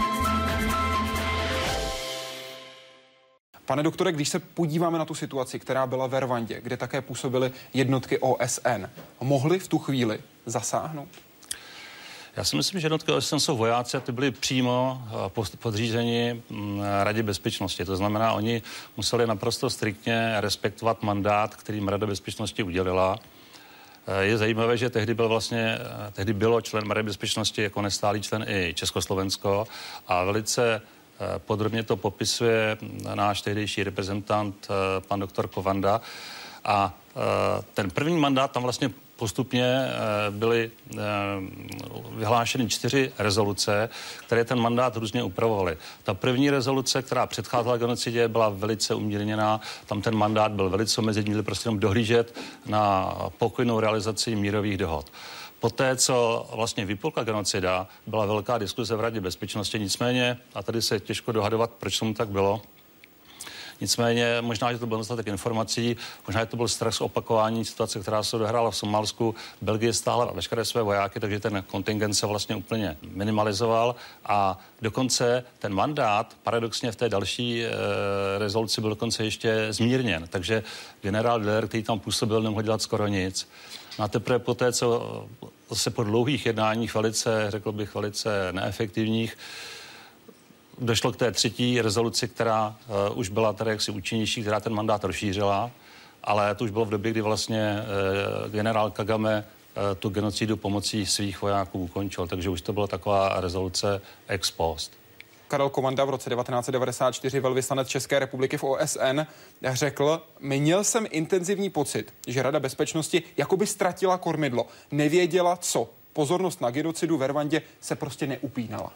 Pane doktore, když se podíváme na tu situaci, která byla ve Rwandě, kde také působily jednotky O S N, mohli v tu chvíli zasáhnout? Já si myslím, že jednotky O S N jsou vojáci a ty byli přímo podřízeni Radě bezpečnosti. To znamená, oni museli naprosto striktně respektovat mandát, který Rada bezpečnosti udělila. Je zajímavé, že tehdy byl vlastně, tehdy bylo člen Rady bezpečnosti jako nestálý člen i Československo a velice podrobně to popisuje náš tehdejší reprezentant, pan doktor Kovanda. A ten první mandát tam vlastně postupně byly vyhlášeny čtyři rezoluce, které ten mandát různě upravovaly. Ta první rezoluce, která předcházela genocidě, byla velice umírněná. Tam ten mandát byl velice omezený, měli prostě jenom dohlížet na pokojnou realizaci mírových dohod. Poté, co vlastně vypukla genocida, byla velká diskuze v Radě bezpečnosti, nicméně, a tady se těžko dohadovat, proč tomu tak bylo, nicméně možná, že to byl dostatek informací, možná, že to byl strach z opakování situace, která se odehrála v Somálsku. Belgie stáhla veškeré své vojáky, takže ten kontingent se vlastně úplně minimalizoval a dokonce ten mandát paradoxně v té další e, rezoluci byl dokonce ještě zmírněn. Takže generál Dallaire, který tam působil, nemohl dělat skoro nic. A teprve poté, co se po dlouhých jednáních velice, řekl bych, velice neefektivních, došlo k té třetí rezoluci, která uh, už byla tady jaksi účinnější, která ten mandát rozšířila, ale to už bylo v době, kdy vlastně uh, generál Kagame uh, tu genocidu pomocí svých vojáků ukončil, takže už to byla taková rezoluce ex post. Karel Kovanda, v roce devatenáct set devadesát čtyři velvyslanec České republiky v O S N, řekl, měl jsem intenzivní pocit, že Rada bezpečnosti jakoby ztratila kormidlo, nevěděla co. Pozornost na genocidu ve Rwandě se prostě neupínala.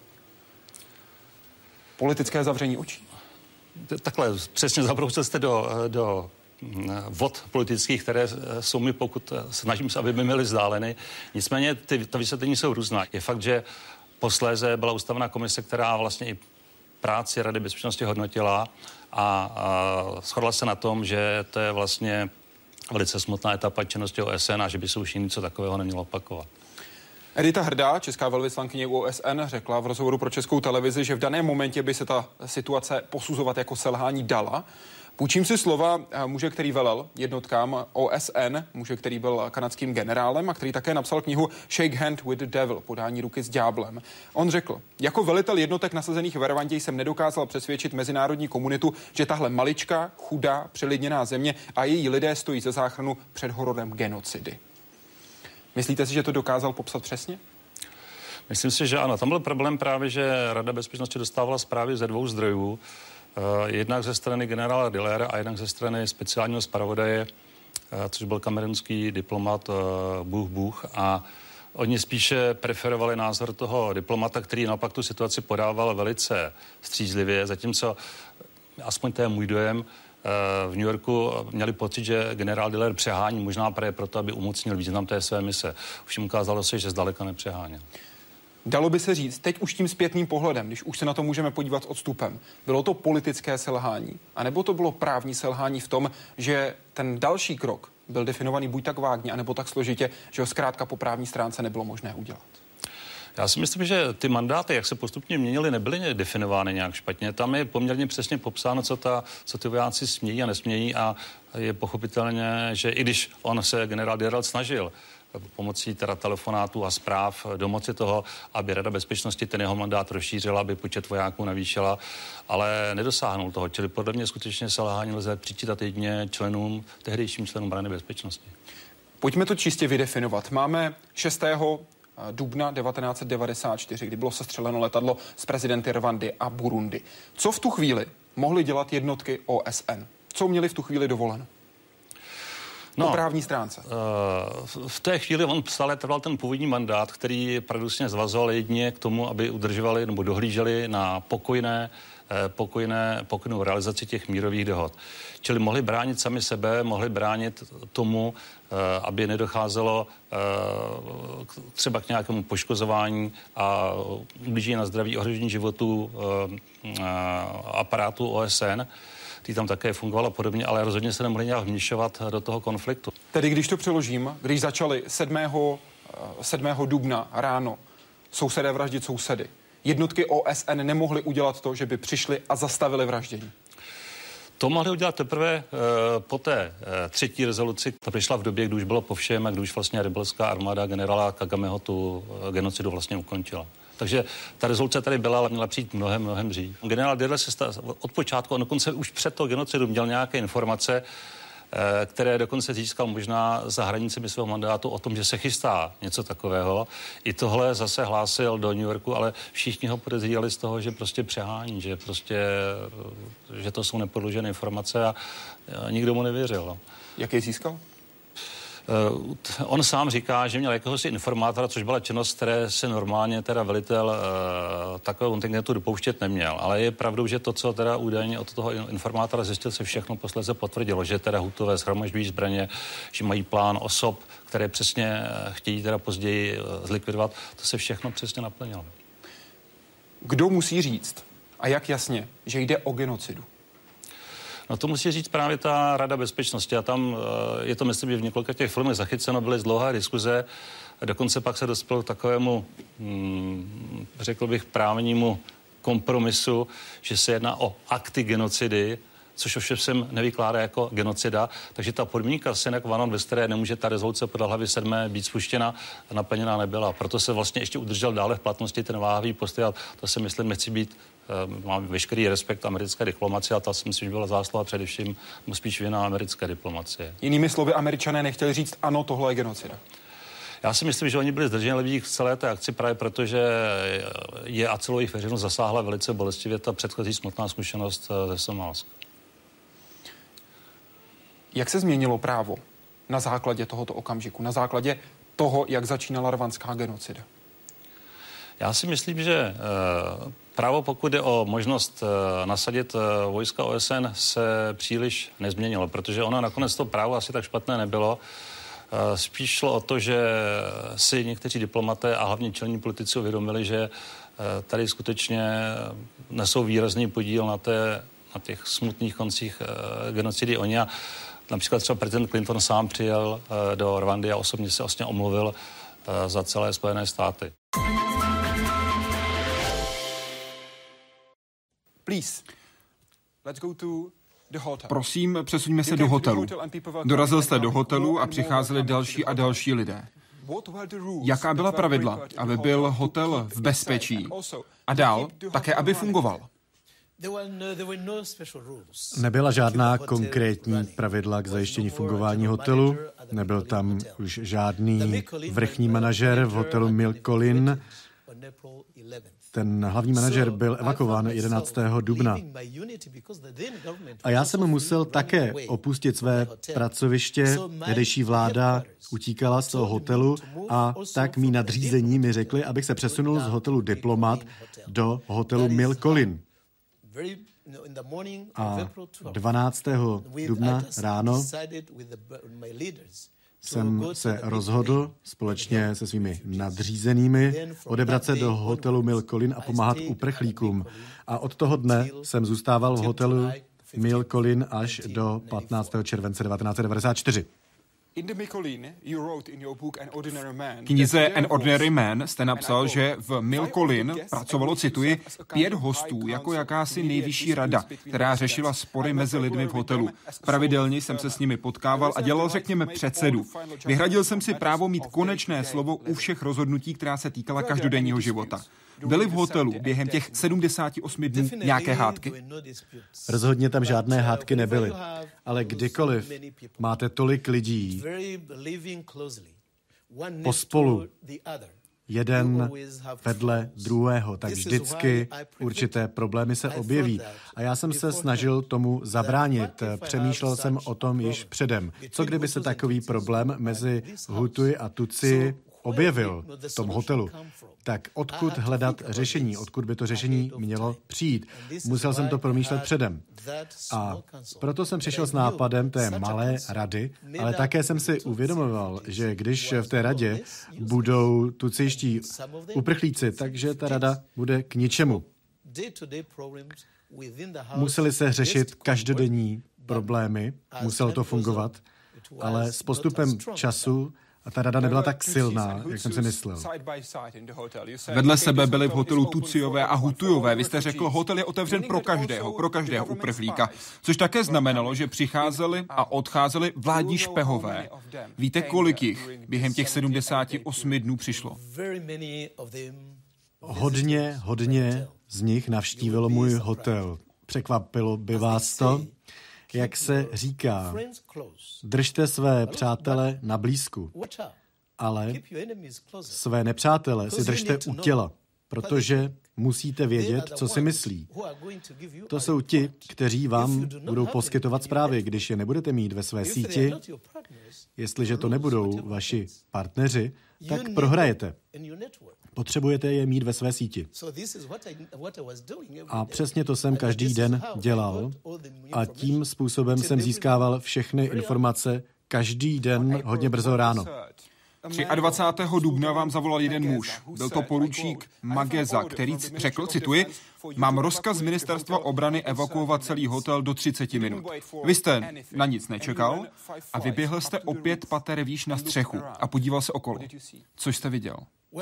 Politické zavření očí. Takhle, přesně zabrousil jste do, do vod politických, které jsou mi, pokud snažím se, aby by byly vzdáleny. Nicméně ty, ta vysvětlení jsou různá. Je fakt, že posléze byla ustavena komise, která vlastně i práci Rady bezpečnosti hodnotila a, a shodla se na tom, že to je vlastně velice smutná etapa činnosti O S N a že by se už něco takového nemělo opakovat. Edita Hrdá, česká velvyslankyně U O S N, řekla v rozhovoru pro Českou televizi, že v daném momentě by se ta situace posuzovat jako selhání dala. Půjčím si slova muže, který velel jednotkám O S N, muže, který byl kanadským generálem a který také napsal knihu Shake Hand with the Devil, podání ruky s ďáblem. On řekl, jako velitel jednotek nasazených ve Rwandě jsem nedokázal přesvědčit mezinárodní komunitu, že tahle maličká, chudá, přelidněná země a její lidé stojí za záchranu před hororem genocidy. Myslíte si, že to dokázal popsat přesně? Myslím si, že ano. Tam byl problém právě, že Rada bezpečnosti dostávala zprávy ze dvou zdrojů. Jednak ze strany generála Dallaire a jednak ze strany speciálního zpravodaje, což byl kamerunský diplomat Bůh Bůh. A oni spíše preferovali názor toho diplomata, který naopak tu situaci podával velice střízlivě, zatímco, aspoň to je můj dojem, v New Yorku měli pocit, že generál Dallaire přehání, možná právě proto, aby umocnil význam té své mise. Už jim ukázalo se, že zdaleka nepřeháněl. Dalo by se říct, teď už tím zpětným pohledem, když už se na to můžeme podívat s odstupem, bylo to politické selhání, anebo to bylo právní selhání v tom, že ten další krok byl definovaný buď tak vágně, anebo tak složitě, že ho zkrátka po právní stránce nebylo možné udělat? Já si myslím, že ty mandáty, jak se postupně měnily, nebyly definovány nějak špatně. Tam je poměrně přesně popsáno, co, ta, co ty vojáci smějí a nesmějí a je pochopitelně, že i když on se generál Dallaire snažil pomocí teda telefonátů a zpráv domoci toho, aby Rada bezpečnosti ten jeho mandát rozšířila, aby počet vojáků navýšila, ale nedosáhnul toho. Čili podle mě skutečně selhání lze přičítat jedině členům, tehdejším členům Rady bezpečnosti. Pojďme to čistě vydefinovat. Máme šestého dubna devatenáct set devadesát čtyři, kdy bylo sestřeleno letadlo s prezidenty Rwandy a Burundi. Co v tu chvíli mohly dělat jednotky O S N? Co měli v tu chvíli dovoleno? No, po právní stránce. Uh, v té chvíli on stále trval ten původní mandát, který paradoxně zvazoval jedině k tomu, aby udržovali nebo dohlíželi na pokojné pokojné, pokojnou realizaci těch mírových dohod. Čili mohli bránit sami sebe, mohli bránit tomu, aby nedocházelo třeba k nějakému poškozování a ublížení na zdraví, ohrožení životů aparátu O S N, který tam také fungoval a podobně, ale rozhodně se nemohli nějak vměšovat do toho konfliktu. Tedy když to přeložím, když začali sedmého dubna ráno sousedé vraždit sousedy, jednotky O S N nemohly udělat to, že by přišli a zastavili vraždění. To mohli udělat teprve uh, po té uh, třetí rezoluci. Ta přišla v době, kdy už bylo po všem a kdy už vlastně rebelská armáda generála Kagameho tu uh, genocidu vlastně ukončila. Takže ta rezoluce tady byla, ale měla přijít mnohem, mnohem dřív. Generál Dyrle se sta- od počátku, a dokonce už před to genocidu měl nějaké informace, které dokonce získal možná za hranicemi svého mandátu o tom, že se chystá něco takového. I tohle zase hlásil do New Yorku, ale všichni ho podezírali z toho, že prostě přehání, že prostě, že to jsou nepodložené informace a nikdo mu nevěřil. Jak je získal? Uh, on sám říká, že měl jakéhosi informátora, což byla činnost, které se normálně teda velitel uh, takového kontingentu dopouštět neměl. Ale je pravdou, že to, co teda údajně od toho informátora zjistil, se všechno posledně potvrdilo, že teda Hutové shromažďují zbraně, že mají plán osob, které přesně chtějí teda později zlikvidovat. To se všechno přesně naplnilo. Kdo musí říct a jak jasně, že jde o genocidu? No to musí říct právě ta Rada bezpečnosti a tam je to, myslím, že v několika těch filmech zachyceno, byly dlouhé diskuze, dokonce pak se dospělo k takovému, hmm, řekl bych, právnímu kompromisu, že se jedná o akty genocidy, což ovšem sem nevykládá jako genocida, takže ta podmínka sine qua non, ve které nemůže ta rezoluce podle hlavy sedmé být spuštěna, naplněná nebyla. Proto se vlastně ještě udržel dále v platnosti ten váhavý postoj a to si myslím, nechci být, mám veškerý respekt americké diplomacie a ta si myslím, že byla zásluha především, spíš vina americké diplomacie. Jinými slovy, Američané nechtěli říct, ano, tohle je genocida. Já si myslím, že oni byli zdrženliví v celé té akci právě protože je a celou jejich veřejnost zasáhla velice bolestivě ta předchozí smutná zkušenost ze Somálska. Jak se změnilo právo na základě tohoto okamžiku, na základě toho, jak začínala rwandská genocida? Já si myslím, že e, právo, pokud jde o možnost e, nasadit e, vojska O S N, se příliš nezměnilo, protože ono nakonec to právo asi tak špatné nebylo. E, spíš šlo o to, že si někteří diplomaté a hlavně čelní politici uvědomili, že e, tady skutečně nesou výrazný podíl na, té, na těch smutných koncích e, genocidy oni a například třeba prezident Clinton sám přijel e, do Rwandy a osobně se vlastně omluvil e, za celé Spojené státy. Please, let's go to the hotel. Prosím, přesuňme se do hotelu. Dorazil jste do hotelu a přicházeli další a další lidé. Jaká byla pravidla, aby byl hotel v bezpečí a dál také, aby fungoval? Nebyla žádná konkrétní pravidla k zajištění fungování hotelu. Nebyl tam už žádný vrchní manažer v hotelu Mill Collin. Ten hlavní manažer byl evakuován jedenáctého dubna. A já jsem musel také opustit své pracoviště. Tehdejší vláda utíkala z toho hotelu a tak mí nadřízení mi řekli, abych se přesunul z hotelu Diplomat do hotelu Mill Collin. A dvanáctého dubna ráno jsem se rozhodl společně se svými nadřízenými odebrat se do hotelu Mill Collin a pomáhat uprchlíkům. A od toho dne jsem zůstával v hotelu Mill Collin až do patnáctého července devatenáct set devadesát čtyři. V knize An Ordinary Man jste napsal, že v Mill Collin pracovalo, cituji, pět hostů jako jakási nejvyšší rada, která řešila spory mezi lidmi v hotelu. Pravidelně jsem se s nimi potkával a dělal, řekněme, předsedu. Vyhradil jsem si právo mít konečné slovo u všech rozhodnutí, která se týkala každodenního života. Byly v hotelu během těch sedmdesáti osmi dnů nějaké hádky? Rozhodně tam žádné hádky nebyly. Ale kdykoliv máte tolik lidí pospolu, jeden vedle druhého, tak vždycky určité problémy se objeví. A já jsem se snažil tomu zabránit. Přemýšlel jsem o tom již předem. Co kdyby se takový problém mezi Hutuji a Tutsi objevil v tom hotelu, tak odkud hledat řešení, odkud by to řešení mělo přijít. Musel jsem to promýšlet předem. A proto jsem přišel s nápadem té malé rady, ale také jsem si uvědomoval, že když v té radě budou tucejští uprchlíci, takže ta rada bude k ničemu. Museli se řešit každodenní problémy, muselo to fungovat, ale s postupem času a ta rada nebyla tak silná, jak jsem si myslel. Vedle sebe byli v hotelu Tutsiové a Hutujové. Vy jste řekl, hotel je otevřen pro každého, pro každého uprchlíka. Což také znamenalo, že přicházeli a odcházeli vládní špehové. Víte, kolik jich během těch sedmdesáti osmi dnů přišlo? Hodně, hodně z nich navštívilo můj hotel. Překvapilo by vás to? Jak se říká, držte své přátele na blízku, ale své nepřátele si držte u těla, protože musíte vědět, co si myslí. To jsou ti, kteří vám budou poskytovat zprávy, když je nebudete mít ve své síti. Jestliže to nebudou vaši partneři, tak prohrajete. Potřebujete je mít ve své síti. A přesně to jsem každý den dělal a tím způsobem jsem získával všechny informace každý den hodně brzo ráno. dvacátého třetího dubna vám zavolal jeden muž. Byl to poručík Mageza, který řekl, cituji, mám rozkaz z ministerstva obrany evakuovat celý hotel do třiceti minut. Vy jste na nic nečekal a vyběhl jste opět pater výš na střechu a podíval se okolo. Což jste viděl?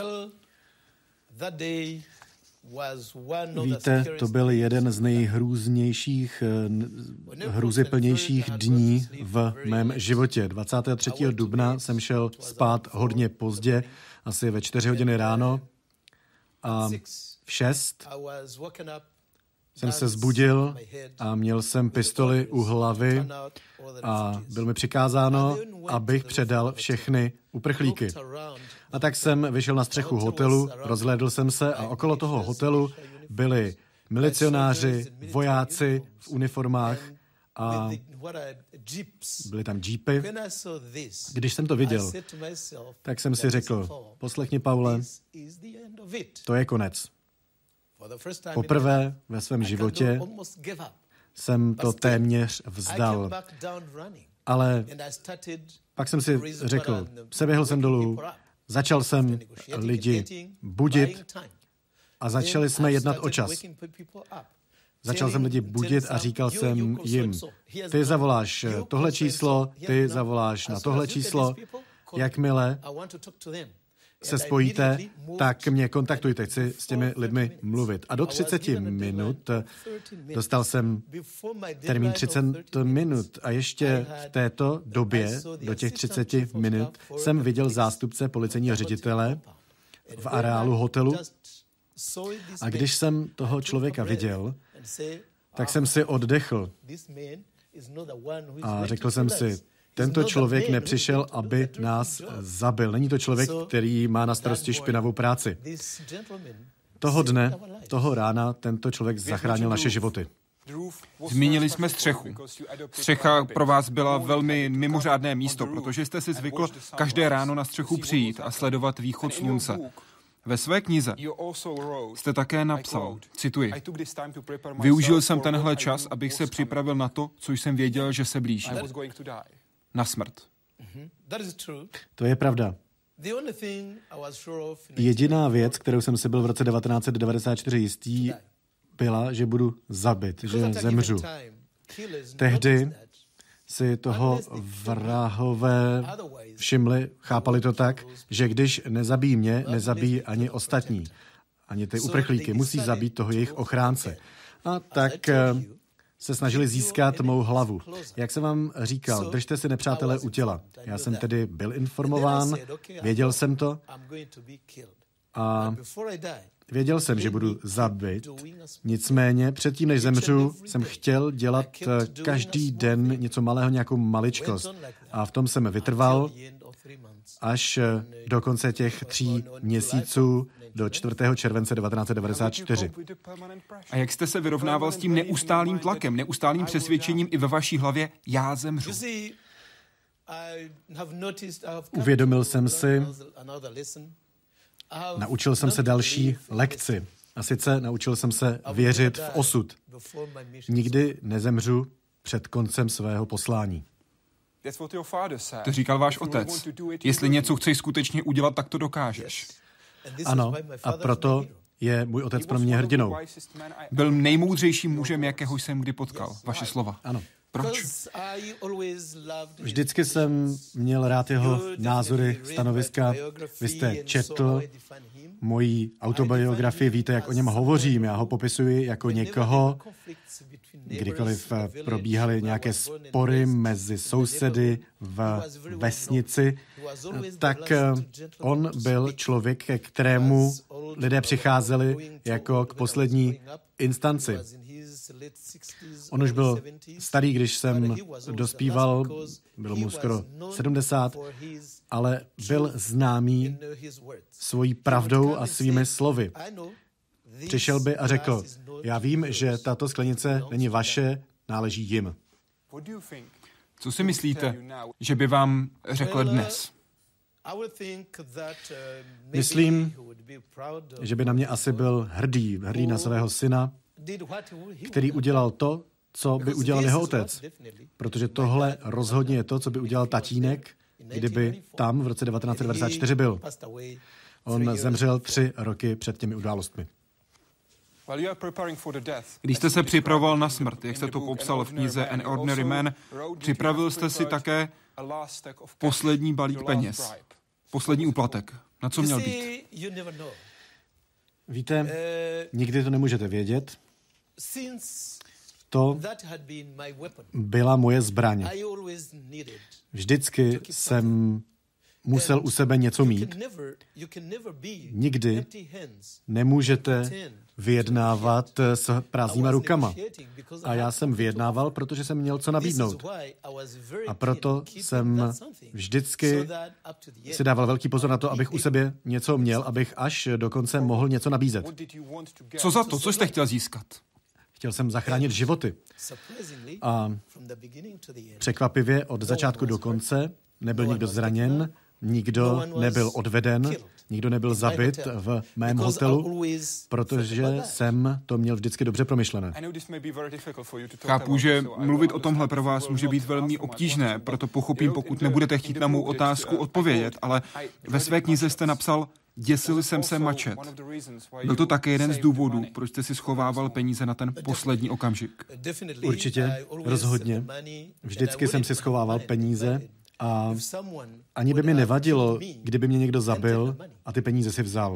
Víte, to byl jeden z nejhrůznějších, hrůzyplnějších dní v mém životě. dvacátého třetího dubna jsem šel spát hodně pozdě, asi ve čtyři hodiny ráno a v šest jsem se zbudil a měl jsem pistoli u hlavy a bylo mi přikázáno, abych předal všechny uprchlíky. A tak jsem vyšel na střechu hotelu, rozhlédl jsem se a okolo toho hotelu byli milicionáři, vojáci v uniformách a byly tam džípy. Když jsem to viděl, tak jsem si řekl, poslechni, Pavle, to je konec. Poprvé ve svém životě jsem to téměř vzdal. Ale pak jsem si řekl, seběhl jsem dolů, začal jsem lidi budit a začali jsme jednat o čas. Začal jsem lidi budit a říkal jsem jim, ty zavoláš tohle číslo, ty zavoláš na tohle číslo, jakmile se spojíte, tak mě kontaktujte, chci s těmi lidmi mluvit. A do třiceti minut dostal jsem termín třicet minut a ještě v této době, do těch třiceti minut, jsem viděl zástupce policejního ředitele v areálu hotelu a když jsem toho člověka viděl, tak jsem si oddechl a řekl jsem si, tento člověk nepřišel, aby nás zabil. Není to člověk, který má na starosti špinavou práci. Toho dne, toho rána, tento člověk zachránil naše životy. Zmínili jsme střechu. Střecha pro vás byla velmi mimořádné místo, protože jste si zvykl každé ráno na střechu přijít a sledovat východ slunce. Ve své knize jste také napsal, cituji, využil jsem tenhle čas, abych se připravil na to, co jsem věděl, že se blíží. Na smrt. To je pravda. Jediná věc, kterou jsem si byl v roce devatenáct set devadesát čtyři jistý, byla, že budu zabit, že zemřu. Tehdy si toho vrahové všimli, chápali to tak, že když nezabíjí mě, nezabíjí ani ostatní. Ani ty uprchlíky. Musí zabít toho jejich ochránce. A tak se snažili získat mou hlavu. Jak jsem vám říkal, držte si nepřátelé u těla. Já jsem tedy byl informován, věděl jsem to a věděl jsem, že budu zabit. Nicméně předtím, než zemřu, jsem chtěl dělat každý den něco malého, nějakou maličkost. A v tom jsem vytrval až do konce těch tří měsíců, do čtvrtého července devatenáct set devadesát čtyři. A jak jste se vyrovnával s tím neustálým tlakem, neustálým přesvědčením i ve vaší hlavě, já zemřu? Uvědomil jsem si, naučil jsem se další lekci. A sice naučil jsem se věřit v osud. Nikdy nezemřu před koncem svého poslání. To říkal váš otec. Jestli něco chceš skutečně udělat, tak to dokážeš. Ano, a proto je můj otec pro mě hrdinou. Byl nejmoudřejším mužem, jakého jsem kdy potkal. Vaše slova. Ano. Proč? Vždycky jsem měl rád jeho názory, stanoviska. Vy jste četl moji autobiografii, víte, jak o něm hovořím. Já ho popisuji jako někoho, kdykoliv probíhaly nějaké spory mezi sousedy v vesnici, tak on byl člověk, ke kterému lidé přicházeli jako k poslední instanci. On už byl starý, když jsem dospíval, bylo mu skoro sedmdesát, ale byl známý svojí pravdou a svými slovy. Přišel by a řekl, já vím, že tato sklenice není vaše, náleží jim. Co si myslíte, že by vám řekl dnes? Myslím, že by na mě asi byl hrdý, hrdý na svého syna, který udělal to, co by udělal jeho otec. Protože tohle rozhodně je to, co by udělal tatínek, kdyby tam v roce devatenáct set devadesát čtyři byl. On zemřel tři roky před těmi událostmi. Když jste se připravoval na smrt, jak jste to popsal v knize An Ordinary Man, připravil jste si také poslední balík peněz. Poslední úplatek. Na co měl být? Víte, nikdy to nemůžete vědět. To byla moje zbraň. Vždycky jsem musel u sebe něco mít. Nikdy nemůžete vyjednávat s prázdnýma rukama. A já jsem vyjednával, protože jsem měl co nabídnout. A proto jsem vždycky si dával velký pozor na to, abych u sebe něco měl, abych až dokonce mohl něco nabízet. Co za to? Co jste chtěl získat? Chtěl jsem zachránit životy. A překvapivě od začátku do konce nebyl nikdo zraněn, nikdo nebyl odveden, nikdo nebyl zabit v mém hotelu, protože jsem to měl vždycky dobře promyšlené. Chápu, že mluvit o tomhle pro vás může být velmi obtížné, proto pochopím, pokud nebudete chtít na mou otázku odpovědět, ale ve své knize jste napsal, děsil jsem se mačet. Byl to také jeden z důvodů, proč jste si schovával peníze na ten poslední okamžik. Určitě, rozhodně. Vždycky jsem si schovával peníze a ani by mi nevadilo, kdyby mě někdo zabil a ty peníze si vzal.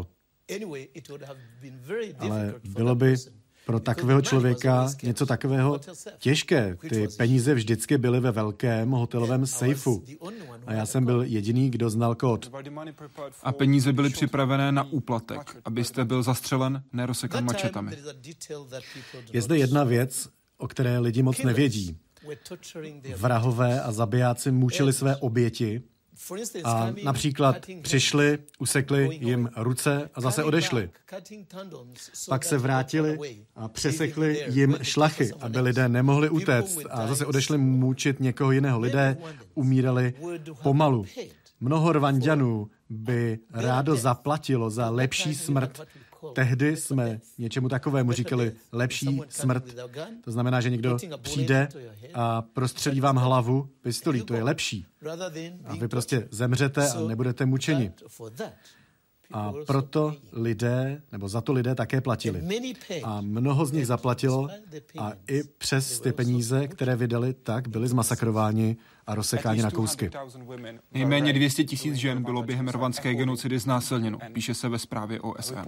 Ale bylo by pro takového člověka něco takového těžké. Ty peníze vždycky byly ve velkém hotelovém sejfu. A já jsem byl jediný, kdo znal kód. A peníze byly připravené na úplatek, abyste byl zastřelen, nerozsekan mačetami. Je zde jedna věc, o které lidi moc nevědí. Vrahové a zabijáci mučili své oběti a například přišli, usekli jim ruce a zase odešli. Pak se vrátili a přesekli jim šlachy, aby lidé nemohli utéct a zase odešli mučit někoho jiného. Lidé umírali pomalu. Mnoho Rwanďanů by rádo zaplatilo za lepší smrt. Tehdy jsme něčemu takovému říkali lepší smrt. To znamená, že někdo přijde a prostřelí vám hlavu pistolí. To je lepší. A vy prostě zemřete a nebudete mučeni. A proto lidé, nebo za to lidé také platili. A mnoho z nich zaplatilo a i přes ty peníze, které vydali, tak byli zmasakrováni a rozsekáni na kousky. Nejméně dvě stě tisíc žen bylo během rwandské genocidy znásilněno, píše se ve zprávě O S N.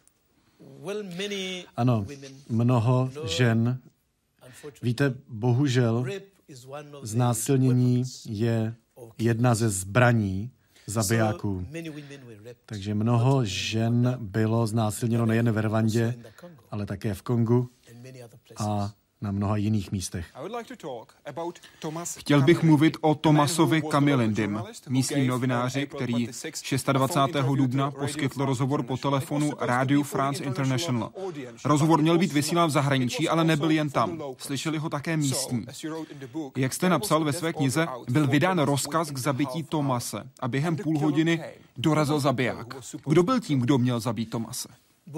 Ano, mnoho žen. Víte, bohužel znásilnění je jedna ze zbraní zabijáků. Takže mnoho žen bylo znásilněno nejen ve Rwandě, ale také v Kongu a na mnoha jiných místech. Chtěl bych mluvit o Thomasovi Kamilindym, místním novináři, který dvacátého šestého dubna poskytl rozhovor po telefonu Radio France International. Rozhovor měl být vysílán v zahraničí, ale nebyl jen tam. Slyšeli ho také místní. Jak jste napsal ve své knize, byl vydán rozkaz k zabití Thomase a během půl hodiny dorazil zabiják. Kdo byl tím, kdo měl zabít Thomase?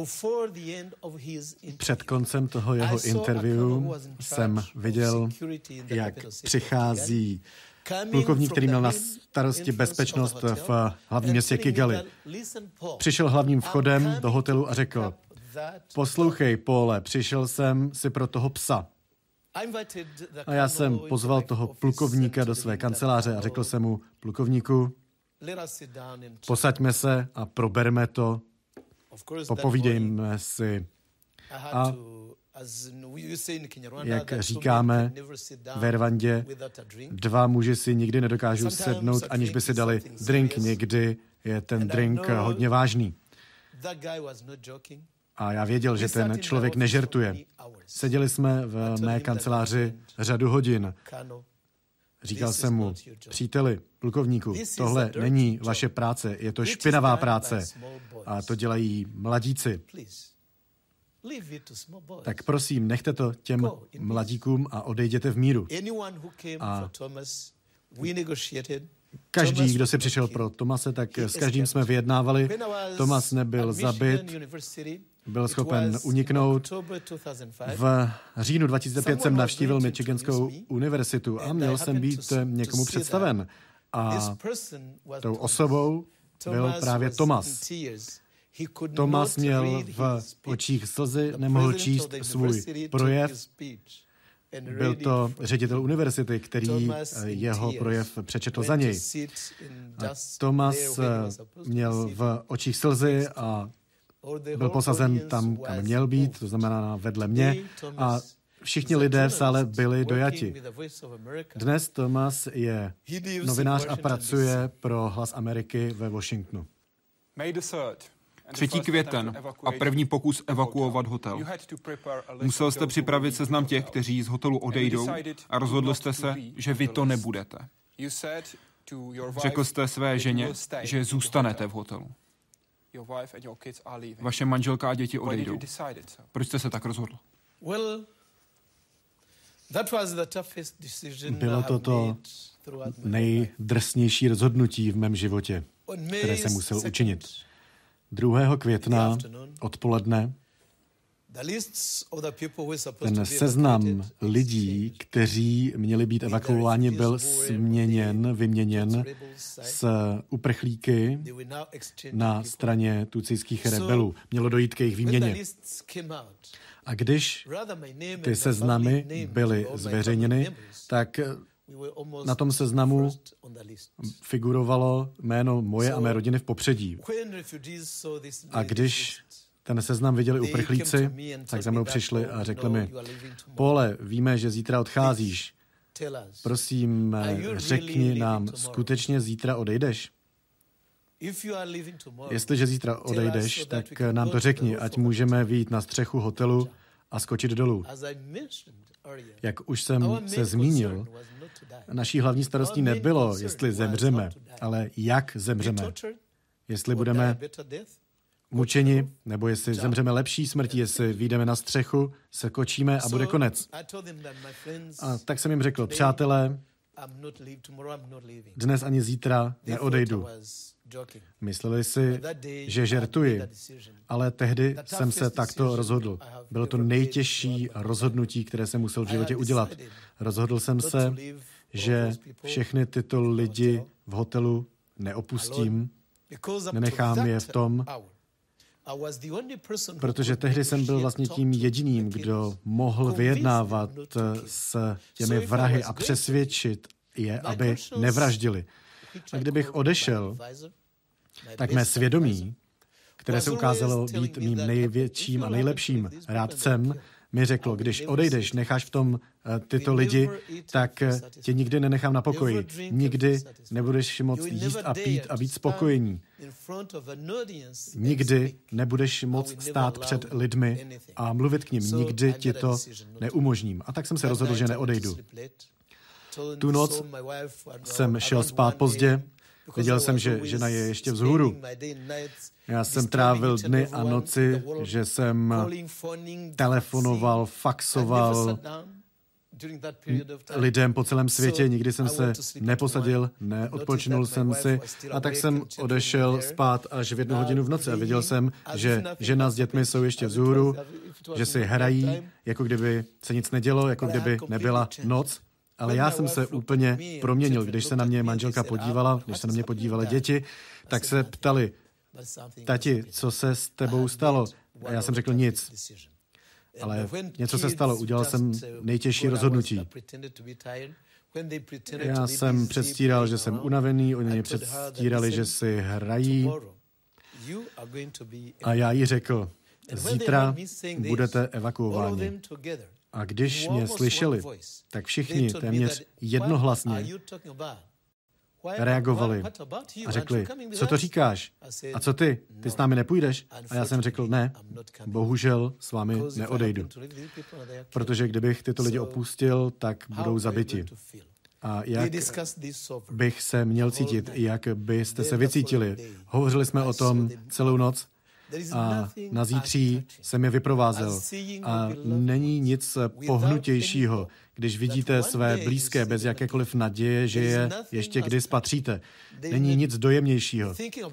Před koncem toho jeho interview jsem viděl, jak přichází plukovník, který měl na starosti bezpečnost v hlavním městě Kigali. Přišel hlavním vchodem do hotelu a řekl: poslouchej, Paule, přišel jsem si pro toho psa. A já jsem pozval toho plukovníka do své kanceláře a řekl jsem mu: plukovníku, posaďme se a proberme to, popovídejme si. A jak říkáme ve Rwandě, dva muži si nikdy nedokážou sednout, aniž by si dali drink. Někdy je ten drink hodně vážný. A já věděl, že ten člověk nežertuje. Seděli jsme v mé kanceláři řadu hodin. Říkal jsem mu: příteli, plukovníku, tohle není vaše práce, je to špinavá práce. A to dělají mladíci. Tak prosím, nechte to těm mladíkům a odejděte v míru. A každý, kdo si přišel pro Thomase, tak s každým jsme vyjednávali. Thomas nebyl zabit, byl schopen uniknout. V říjnu dva tisíce pět jsem navštívil Michiganskou univerzitu a měl jsem být někomu představen. A tou osobou byl právě Thomas. Thomas měl v očích slzy, nemohl číst svůj projev. Byl to ředitel univerzity, který jeho projev přečetl za něj. A Thomas měl v očích slzy a byl posazen tam, kam měl být, to znamená vedle mě. A všichni lidé v sále byli dojati. Dnes Thomas je novinář a pracuje pro Hlas Ameriky ve Washingtonu. třetí květen a první pokus evakuovat hotel. Musel jste připravit seznam těch, kteří z hotelu odejdou, a rozhodl jste se, že vy to nebudete. Řekl jste své ženě, že zůstanete v hotelu. Vaše manželka a děti odejdou. Proč jste se tak rozhodl? Bylo to to nejdrsnější rozhodnutí v mém životě, které jsem musel učinit. druhého května odpoledne ten seznam lidí, kteří měli být evakuováni, byl směněn, vyměněn s uprchlíky na straně tucijských rebelů. Mělo dojít k jejich výměně. A když ty seznamy byly zveřejněny, tak na tom seznamu figurovalo jméno moje a mé rodiny v popředí. A když ten seznam viděli uprchlíci, tak za mnou přišli a řekli mi: Paule, víme, že zítra odcházíš. Prosím, řekni nám, skutečně zítra odejdeš? Jestliže zítra odejdeš, tak nám to řekni, ať můžeme vyjít na střechu hotelu a skočit dolů. Jak už jsem se zmínil, naší hlavní starostí nebylo, jestli zemřeme, ale jak zemřeme. Jestli budeme mučeni, nebo jestli zemřeme lepší smrtí, jestli vyjdeme na střechu, se kočíme a bude konec. A tak jsem jim řekl: přátelé, dnes ani zítra neodejdu. Mysleli si, že žertuji, ale tehdy jsem se takto rozhodl. Bylo to nejtěžší rozhodnutí, které jsem musel v životě udělat. Rozhodl jsem se, že všechny tyto lidi v hotelu neopustím, nenechám je v tom, protože tehdy jsem byl vlastně tím jediným, kdo mohl vyjednávat s těmi vrahy a přesvědčit je, aby nevraždili. A kdybych odešel, tak mé svědomí, které se ukázalo být mým největším a nejlepším rádcem, mi řeklo, když odejdeš, necháš v tom tyto lidi, tak tě nikdy nenechám na pokoji. Nikdy nebudeš moct jíst a pít a být spokojený. Nikdy nebudeš moct stát před lidmi a mluvit k nim. Nikdy ti to neumožním. A tak jsem se rozhodl, že neodejdu. Tu noc jsem šel spát pozdě. Viděl jsem, že žena je ještě vzhůru. Já jsem trávil dny a noci, že jsem telefonoval, faxoval lidem po celém světě. Nikdy jsem se neposadil, neodpočinul jsem si a tak jsem odešel spát až v jednu hodinu v noci a viděl jsem, že žena s dětmi jsou ještě vzhůru, že si hrají, jako kdyby se nic nedělo, jako kdyby nebyla noc. Ale já jsem se úplně proměnil. Když se na mě manželka podívala, když se na mě podívaly děti, tak se ptali, tati, co se s tebou stalo? A já jsem řekl nic. Ale něco se stalo, udělal jsem nejtěžší rozhodnutí. Já jsem předstíral, že jsem unavený, oni mě předstírali, že si hrají. A já jí řekl, zítra budete evakuováni. A když mě slyšeli, tak všichni téměř jednohlasně reagovali a řekli, co to říkáš? A co ty? Ty s námi nepůjdeš? A já jsem řekl, ne, bohužel s vámi neodejdu. Protože kdybych tyto lidi opustil, tak budou zabiti. A jak bych se měl cítit? Jak byste se vycítili? Hovořili jsme o tom celou noc. A na zítří jsem je vyprovázel. A není nic pohnutějšího, když vidíte své blízké bez jakékoliv naděje, že je ještě kdy spatříte. Není nic dojemnějšího.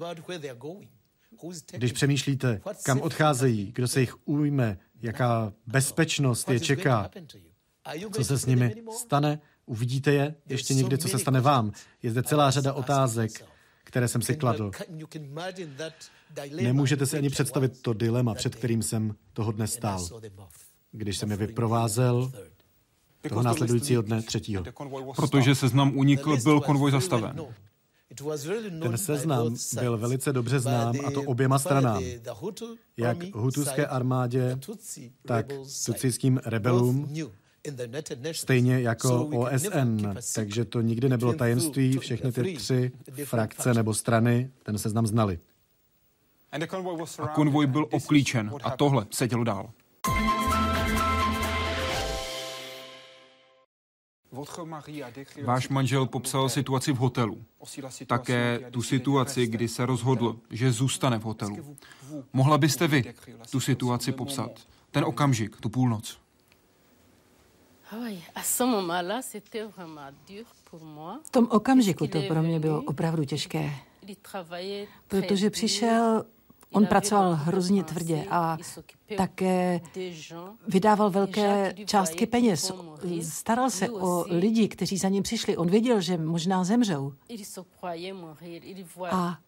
Když přemýšlíte, kam odcházejí, kdo se jich ujme, jaká bezpečnost je čeká, co se s nimi stane, uvidíte je ještě někdy, co se stane vám. Je zde celá řada otázek, které jsem si kladl. Nemůžete si ani představit to dilema, před kterým jsem toho dne stál, když jsem je vyprovázel toho následujícího dne třetího. Protože seznam unikl, byl konvoj zastaven. Ten seznam byl velice dobře znám, a to oběma stranám. Jak hutuské armádě, tak tutsickým rebelům, stejně jako O S N. Takže to nikdy nebylo tajemství, všechny ty tři frakce nebo strany ten seznam znali. A konvoj byl obklíčen a tohle se dělo dál. Váš manžel popsal situaci v hotelu. Také tu situaci, kdy se rozhodl, že zůstane v hotelu. Mohla byste vy tu situaci popsat? Ten okamžik, tu půlnoc. V tom okamžiku to pro mě bylo opravdu těžké, protože přišel, on pracoval hrozně tvrdě a také vydával velké částky peněz. Staral se o lidi, kteří za ním přišli. On věděl, že možná zemřou. A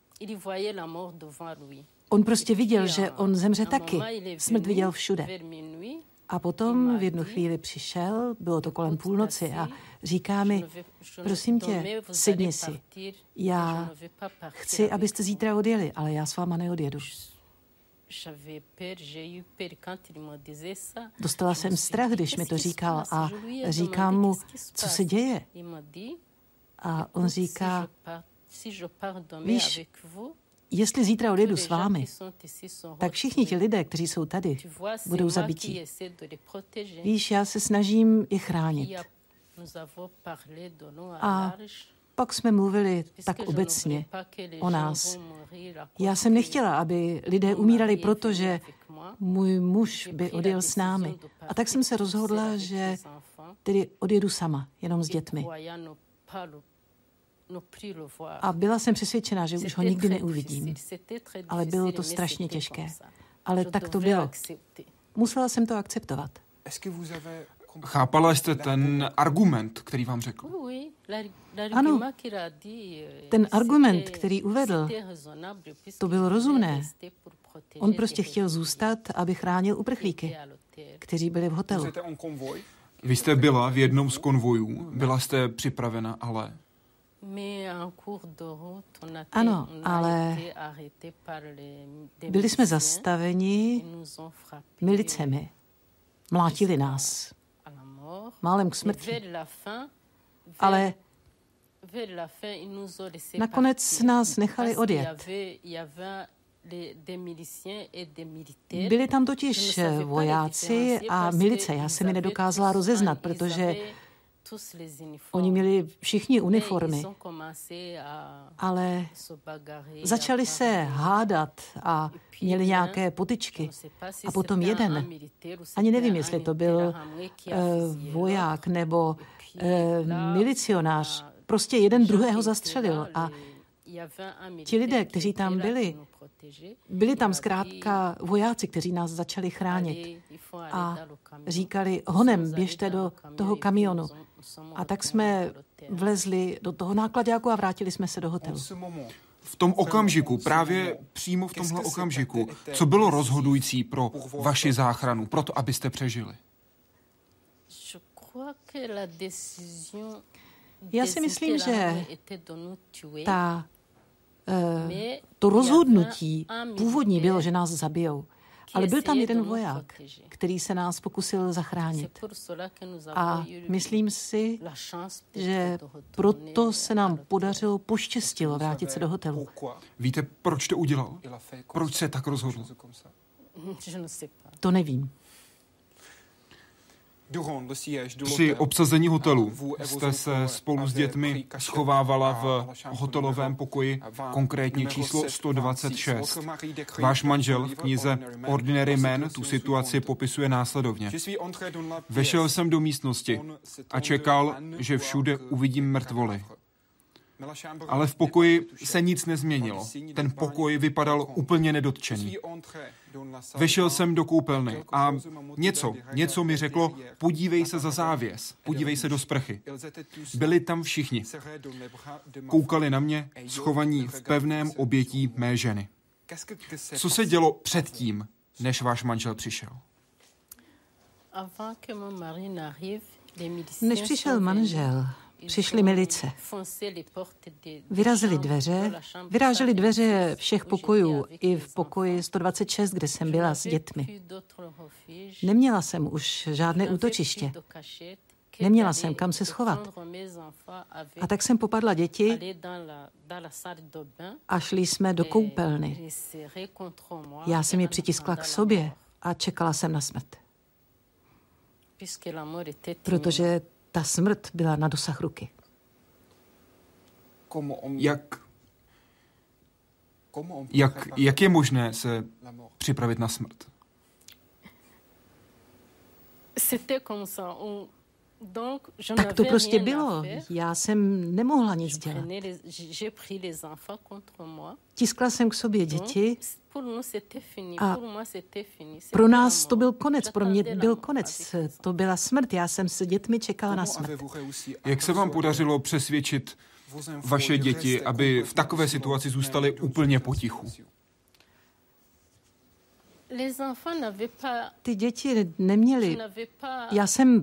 on prostě viděl, že on zemře taky. Smrt viděl všude. A potom v jednu chvíli přišel, bylo to kolem půlnoci a říká mi, prosím tě, sedni si. Já chci, abyste zítra odjeli, ale já s váma neodjedu. Dostala jsem strach, když mi to říkal a říkám mu, co se děje. A on říká, víš, jestli zítra odjedu s vámi, tak všichni ti lidé, kteří jsou tady, budou zabití. Víš, já se snažím je chránit. A pak jsme mluvili tak obecně o nás. Já jsem nechtěla, aby lidé umírali, protože můj muž by odjel s námi. A tak jsem se rozhodla, že tedy odjedu sama, jenom s dětmi. A byla jsem přesvědčená, že už ho nikdy neuvidím. Ale bylo to strašně těžké. Ale tak to bylo. Musela jsem to akceptovat. Chápala jste ten argument, který vám řekl? Ano. Ten argument, který uvedl, to bylo rozumné. On prostě chtěl zůstat, aby chránil uprchlíky, kteří byli v hotelu. Vy jste byla v jednom z konvojů, byla jste připravena, ale... Ano, ale byli jsme zastaveni milicemi. Mlátili nás. Málem k smrti. Ale nakonec nás nechali odjet. Byli tam totiž vojáci a milice. Já jsem je nedokázala rozeznat, protože oni měli všichni uniformy. Ale začali se hádat a měli nějaké potyčky. A potom jeden, ani nevím, jestli to byl uh, voják nebo uh, milicionář, prostě jeden druhého zastřelil. A ti lidé, kteří tam byli, byli tam zkrátka vojáci, kteří nás začali chránit. A říkali, honem, běžte do toho kamionu. A tak jsme vlezli do toho náklaďáku a vrátili jsme se do hotelu. V tom okamžiku, právě přímo v tomhle okamžiku, co bylo rozhodující pro vaši záchranu, pro to, abyste přežili? Já si myslím, že ta, eh, to rozhodnutí původní bylo, že nás zabijou. Ale byl tam jeden voják, který se nás pokusil zachránit. A myslím si, že proto se nám podařilo, poštěstilo vrátit se do hotelu. Víte, proč to udělal? Proč se tak rozhodl? To nevím. Při obsazení hotelu jste se spolu s dětmi schovávala v hotelovém pokoji, konkrétně číslo sto dvacet šest. Váš manžel v knize Ordinary Man tu situaci popisuje následovně. Vešel jsem do místnosti a čekal, že všude uvidím mrtvoly. Ale v pokoji se nic nezměnilo. Ten pokoj vypadal úplně nedotčený. Vešel jsem do koupelny a něco, něco mi řeklo, podívej se za závěs, podívej se do sprchy. Byli tam všichni. Koukali na mě, schovaní v pevném obětí mé ženy. Co se dělo předtím, než váš manžel přišel? Než přišel manžel, přišly milice. Vyrazili dveře, vyráželi dveře všech pokojů, i v pokoji sto dvacet šest, kde jsem byla s dětmi. Neměla jsem už žádné útočiště. Neměla jsem kam se schovat. A tak jsem popadla děti a šli jsme do koupelny. Já jsem je přitiskla k sobě a čekala jsem na smrt. Protože ta smrt byla na dosah ruky. Jak, jak, jak je možné se připravit na smrt? Tak to prostě bylo. Já jsem nemohla nic dělat. Tiskla jsem k sobě děti a pro nás to byl konec, pro mě byl konec. To byla smrt, já jsem s dětmi čekala na smrt. Jak se vám podařilo přesvědčit vaše děti, aby v takové situaci zůstaly úplně potichu? Ty děti neměly... Já jsem...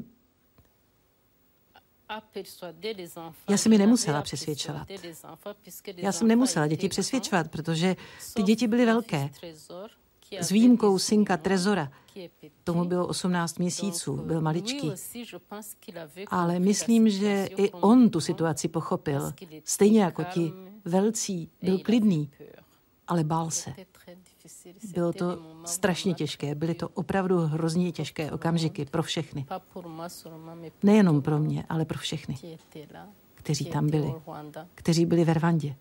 Já jsem je nemusela přesvědčovat. Já jsem nemusela děti přesvědčovat, protože ty děti byly velké. S výjimkou synka Trezora. Tomu bylo osmnáct měsíců, byl maličký. Ale myslím, že i on tu situaci pochopil. Stejně jako ti velcí, byl klidný, ale bál se. Bylo to strašně těžké, byly to opravdu hrozně těžké okamžiky pro všechny. Nejenom pro mě, ale pro všechny, kteří tam byli, kteří byli ve Rwandě.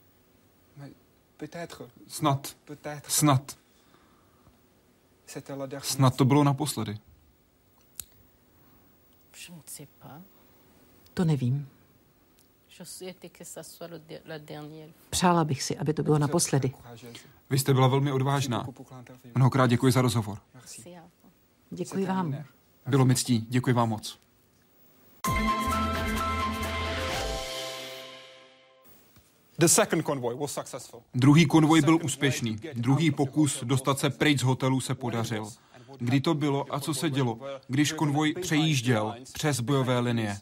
Snad, snad, snad to bylo naposledy. To nevím. Přála bych si, aby to bylo naposledy. Vy jste byla velmi odvážná. Mnohokrát děkuji za rozhovor. Děkuji vám. Bylo mi ctí. Děkuji vám moc. Druhý konvoj byl úspěšný. Druhý pokus dostat se pryč z hotelu se podařil. Kdy to bylo a co se dělo, když konvoj přejížděl přes bojové linie?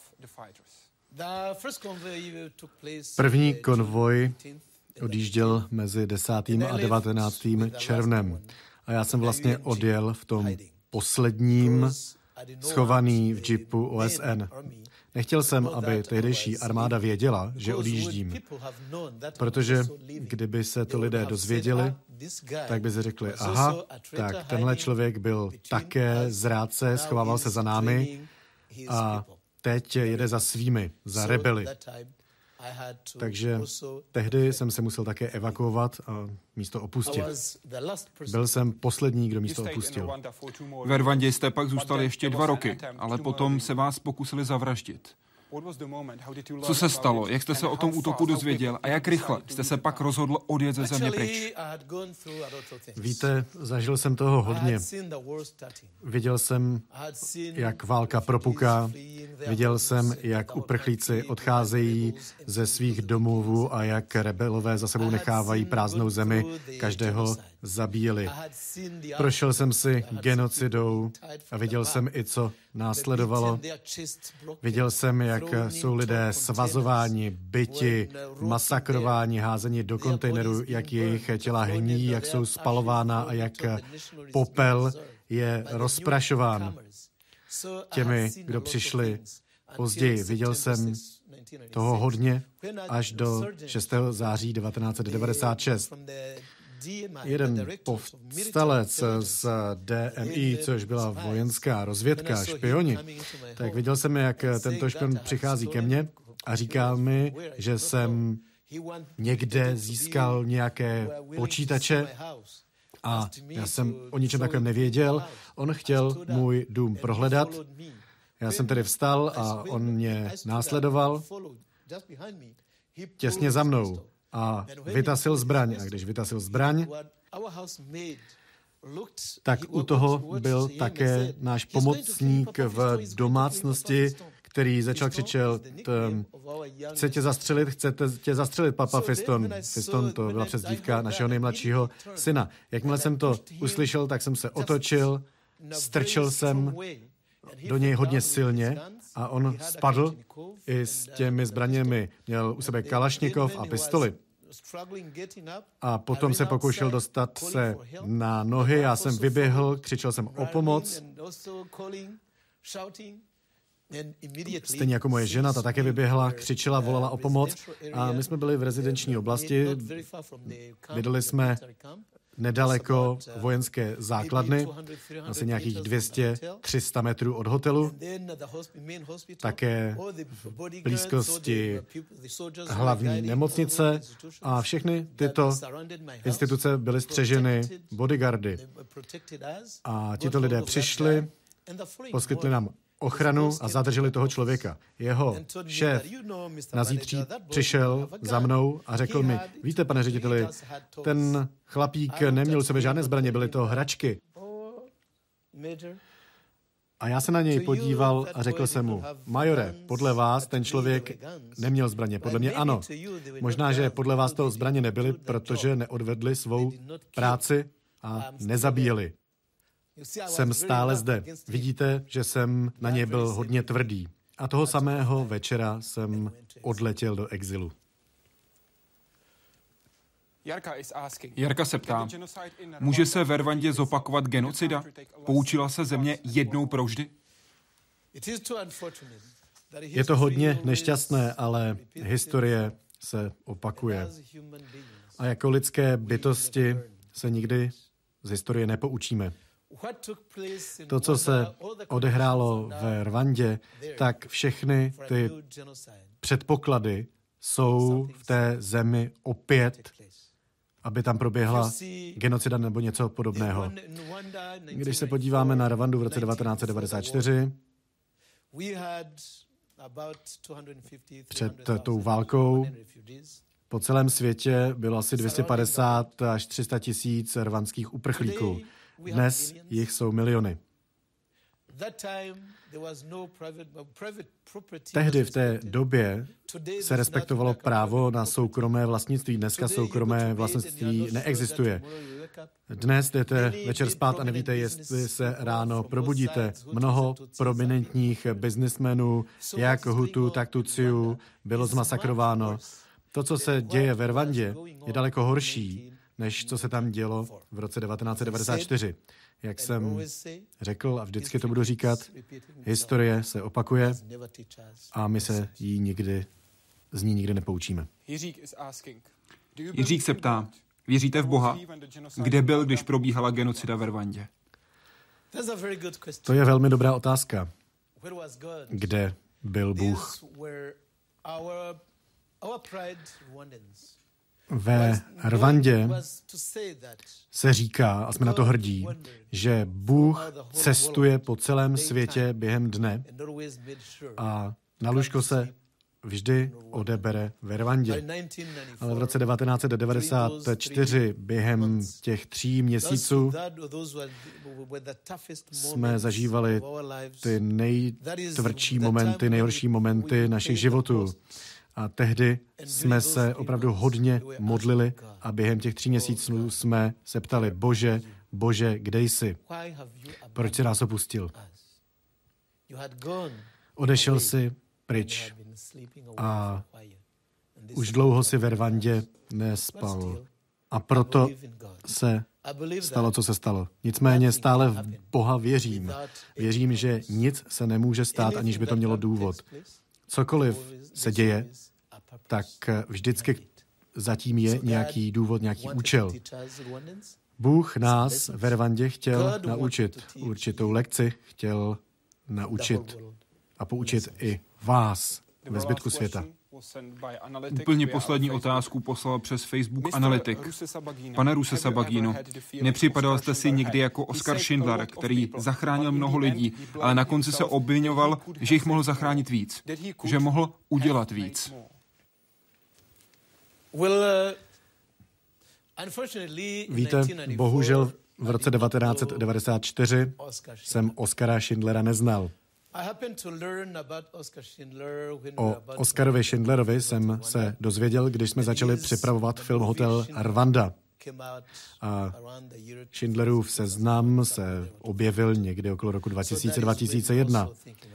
První konvoj odjížděl mezi desátým a devatenáctým červnem. A já jsem vlastně odjel v tom posledním schovaný v džipu O S N. Nechtěl jsem, aby tehdejší armáda věděla, že odjíždím, protože kdyby se to lidé dozvěděli, tak by si řekli, aha, tak tenhle člověk byl také zrádce, schovával se za námi a teď jede za svými, za rebely. Takže tehdy jsem se musel také evakuovat a místo opustit. Byl jsem poslední, kdo místo opustil. Ve Rwandě jste pak zůstali ještě dva roky, ale potom se vás pokusili zavraždit. Co se stalo? Jak jste se o tom útoku dozvěděl? A jak rychle jste se pak rozhodl odjet ze země pryč? Víte, zažil jsem toho hodně. Viděl jsem, jak válka propuká. Viděl jsem, jak uprchlíci odcházejí ze svých domovů a jak rebelové za sebou nechávají prázdnou zemi. Každého zabíjeli. Prošel jsem si genocidou a viděl jsem i, co následovalo. Viděl jsem, jak jsou lidé svazováni, byti, masakrováni, házeni do kontejnerů, jak jejich těla hní, jak jsou spalována a jak popel je rozprašován. Těmi, kdo přišli později, viděl jsem toho hodně až do šestého září devatenáct set devadesát šest. Jeden povstalec z D M I, což byla vojenská rozvědka, špioni, tak viděl jsem, jak tento špion přichází ke mně a říkal mi, že jsem někde získal nějaké počítače a já jsem o ničem takovém nevěděl. On chtěl můj dům prohledat. Já jsem tedy vstal a on mě následoval těsně za mnou. A vytasil zbraň. A když vytasil zbraň, tak u toho byl také náš pomocník v domácnosti, který začal křičet, chce tě zastřelit, chcete tě zastřelit, papa Fiston. Fiston, to byla přezdívka našeho nejmladšího syna. Jakmile jsem to uslyšel, tak jsem se otočil, strčil jsem do něj hodně silně a on spadl i s těmi zbraněmi. Měl u sebe kalašnikov a pistoli. A potom se pokoušel dostat se na nohy. Já jsem vyběhl, křičel jsem o pomoc. Stejně jako moje žena, ta také vyběhla, křičela, volala o pomoc. A my jsme byli v rezidenční oblasti. Bydleli jsme nedaleko vojenské základny, asi nějakých dvě stě až tři sta metrů od hotelu, také v blízkosti hlavní nemocnice a všechny tyto instituce byly střeženy bodyguardy. A tito lidé přišli, poskytli nám ochranu a zadrželi toho člověka. Jeho šéf na zítří přišel za mnou a řekl mi, víte, pane řediteli, ten chlapík neměl u sebe žádné zbraně, byly to hračky. A já se na něj podíval a řekl jsem mu, majore, podle vás ten člověk neměl zbraně. Podle mě ano. Možná, že podle vás toho zbraně nebyly, protože neodvedli svou práci a nezabíjeli. Jsem stále zde. Vidíte, že jsem na ně byl hodně tvrdý. A toho samého večera jsem odletěl do exilu. Jarka se ptá, může se ve Rwandě zopakovat genocida? Poučila se země jednou provždy? Je to hodně nešťastné, ale historie se opakuje. A jako lidské bytosti se nikdy z historie nepoučíme. To, co se odehrálo ve Rwandě, tak všechny ty předpoklady jsou v té zemi opět, aby tam proběhla genocida nebo něco podobného. Když se podíváme na Rwandu v roce devatenáct set devadesát čtyři, před tou válkou po celém světě bylo asi dvě stě padesát až tři sta tisíc rwandských uprchlíků. Dnes jich jsou miliony. Tehdy v té době se respektovalo právo na soukromé vlastnictví. Dneska soukromé vlastnictví neexistuje. Dnes jdete večer spát a nevíte, jestli se ráno probudíte. Mnoho prominentních biznismenů, jak Hutu, tak Tutsiů, bylo zmasakrováno. To, co se děje ve Rwandě, je daleko horší, než co se tam dělo v roce devatenáct set devadesát čtyři. Jak jsem řekl a vždycky to budu říkat, historie se opakuje a my se jí nikdy, z ní nikdy nepoučíme. Jiřík se ptá, věříte v Boha? Kde byl, když probíhala genocida ve Rwandě? To je velmi dobrá otázka. Kde byl Bůh? Ve Rwandě se říká, a jsme na to hrdí, že Bůh cestuje po celém světě během dne a na lůžko se vždy odebere ve Rwandě. Ale v roce devatenáct set devadesát čtyři během těch tří měsíců jsme zažívali ty nejtvrdší momenty, nejhorší momenty našich životů. A tehdy jsme se opravdu hodně modlili a během těch tří měsíců jsme se ptali, Bože, Bože, kde jsi? Proč jsi nás opustil? Odešel jsi pryč a už dlouho si ve Rwandě nespal. A proto se stalo, co se stalo. Nicméně stále v Boha věřím. Věřím, že nic se nemůže stát, aniž by to mělo důvod. Cokoliv se děje, tak vždycky zatím je nějaký důvod, nějaký účel. Bůh nás ve Rwandě chtěl naučit určitou lekci, chtěl naučit a poučit i vás ve zbytku světa. Úplně poslední otázku poslal přes Facebook analytik. Pane Rusesabagino, nepřipadal jste si někdy jako Oskar Schindler, který zachránil mnoho lidí, ale na konci se obviňoval, že jich mohl zachránit víc, že mohl udělat víc? Víte, bohužel v roce devatenáct set devadesát čtyři jsem Oskara Schindlera neznal. O Oskarovi Schindlerovi jsem se dozvěděl, když jsme začali připravovat film Hotel Rwanda. A Schindlerův seznam se objevil někdy okolo roku dva tisíce dva tisíce jedna.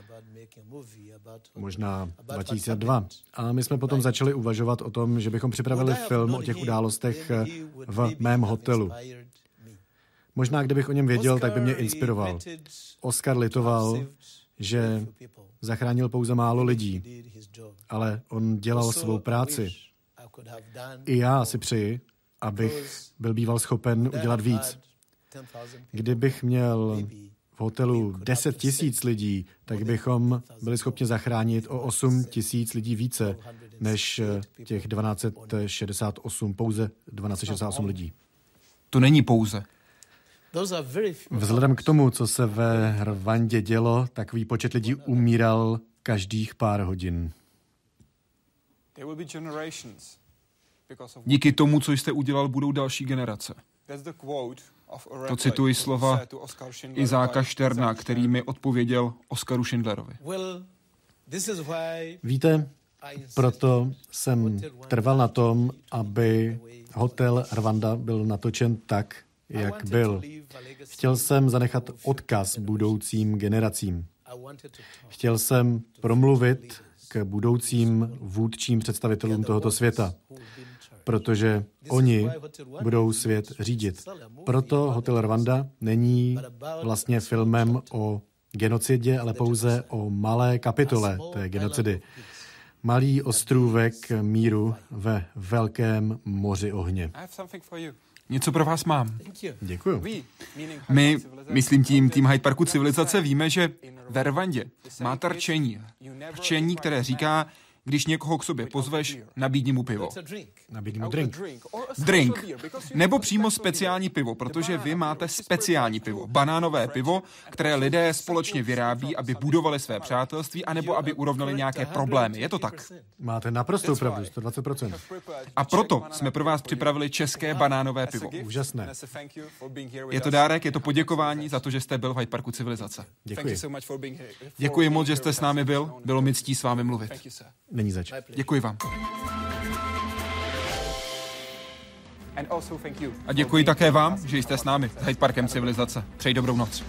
Možná dva tisíce dva. A my jsme potom začali uvažovat o tom, že bychom připravili film o těch událostech v mém hotelu. Možná, kdybych o něm věděl, tak by mě inspiroval. Oskar litoval, že zachránil pouze málo lidí, ale on dělal svou práci. I já si přeji, abych byl býval schopen udělat víc. Kdybych měl v hotelu deset tisíc lidí, tak bychom byli schopni zachránit o osm tisíc lidí více, než těch dvanáct set šedesát osm, pouze dvanáct set šedesát osm lidí. To není pouze. Vzhledem k tomu, co se ve Rwandě dělo, takový počet lidí umíral každých pár hodin. Díky tomu, co jste udělal, budou další generace. To cituji slova Izáka Šterna, který mi odpověděl Oskaru Schindlerovi. Víte, proto jsem trval na tom, aby Hotel Rwanda byl natočen tak, jak byl. Chtěl jsem zanechat odkaz budoucím generacím. Chtěl jsem promluvit k budoucím vůdčím představitelům tohoto světa, protože oni budou svět řídit. Proto Hotel Rwanda není vlastně filmem o genocidě, ale pouze o malé kapitole té genocidy. Malý ostrůvek míru ve velkém moři ohně. Něco pro vás mám. Děkuju. My, myslím tím tým Hyde Parku Civilizace, víme, že ve Rwandě máte rčení. Rčení, které říká, když někoho k sobě pozveš, nabídni mu pivo. Nabídni mu drink. Drink. Nebo přímo speciální pivo, protože vy máte speciální pivo. Banánové pivo, které lidé společně vyrábí, aby budovali své přátelství, anebo aby urovnali nějaké problémy. Je to tak? Máte naprostou pravdu, sto dvacet procent. A proto jsme pro vás připravili české banánové pivo. Úžasné. Je to dárek, je to poděkování za to, že jste byl v Hyde Parku Civilizace. Děkuji. Děkuji moc, že jste s námi byl. Bylo mi ctí s vámi mluvit. Není zač. Děkuji vám. A děkuji také vám, že jste s námi s Hyde Parkem Civilizace. Přeji dobrou noc.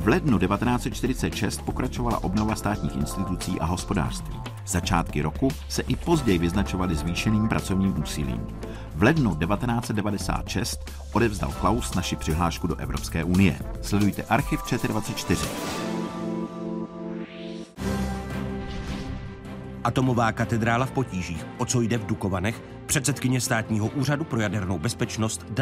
V lednu devatenáct set čtyřicet šest pokračovala obnova státních institucí a hospodářství. Začátky roku se i později vyznačovaly zvýšeným pracovním úsilím. V lednu devatenáct set devadesát šest odevzdal Klaus naši přihlášku do Evropské unie. Sledujte Archiv dvacet čtyři. Atomová katedrála v potížích. O co jde v Dukovanech? Předsedkyně Státního úřadu pro jadernou bezpečnost Dana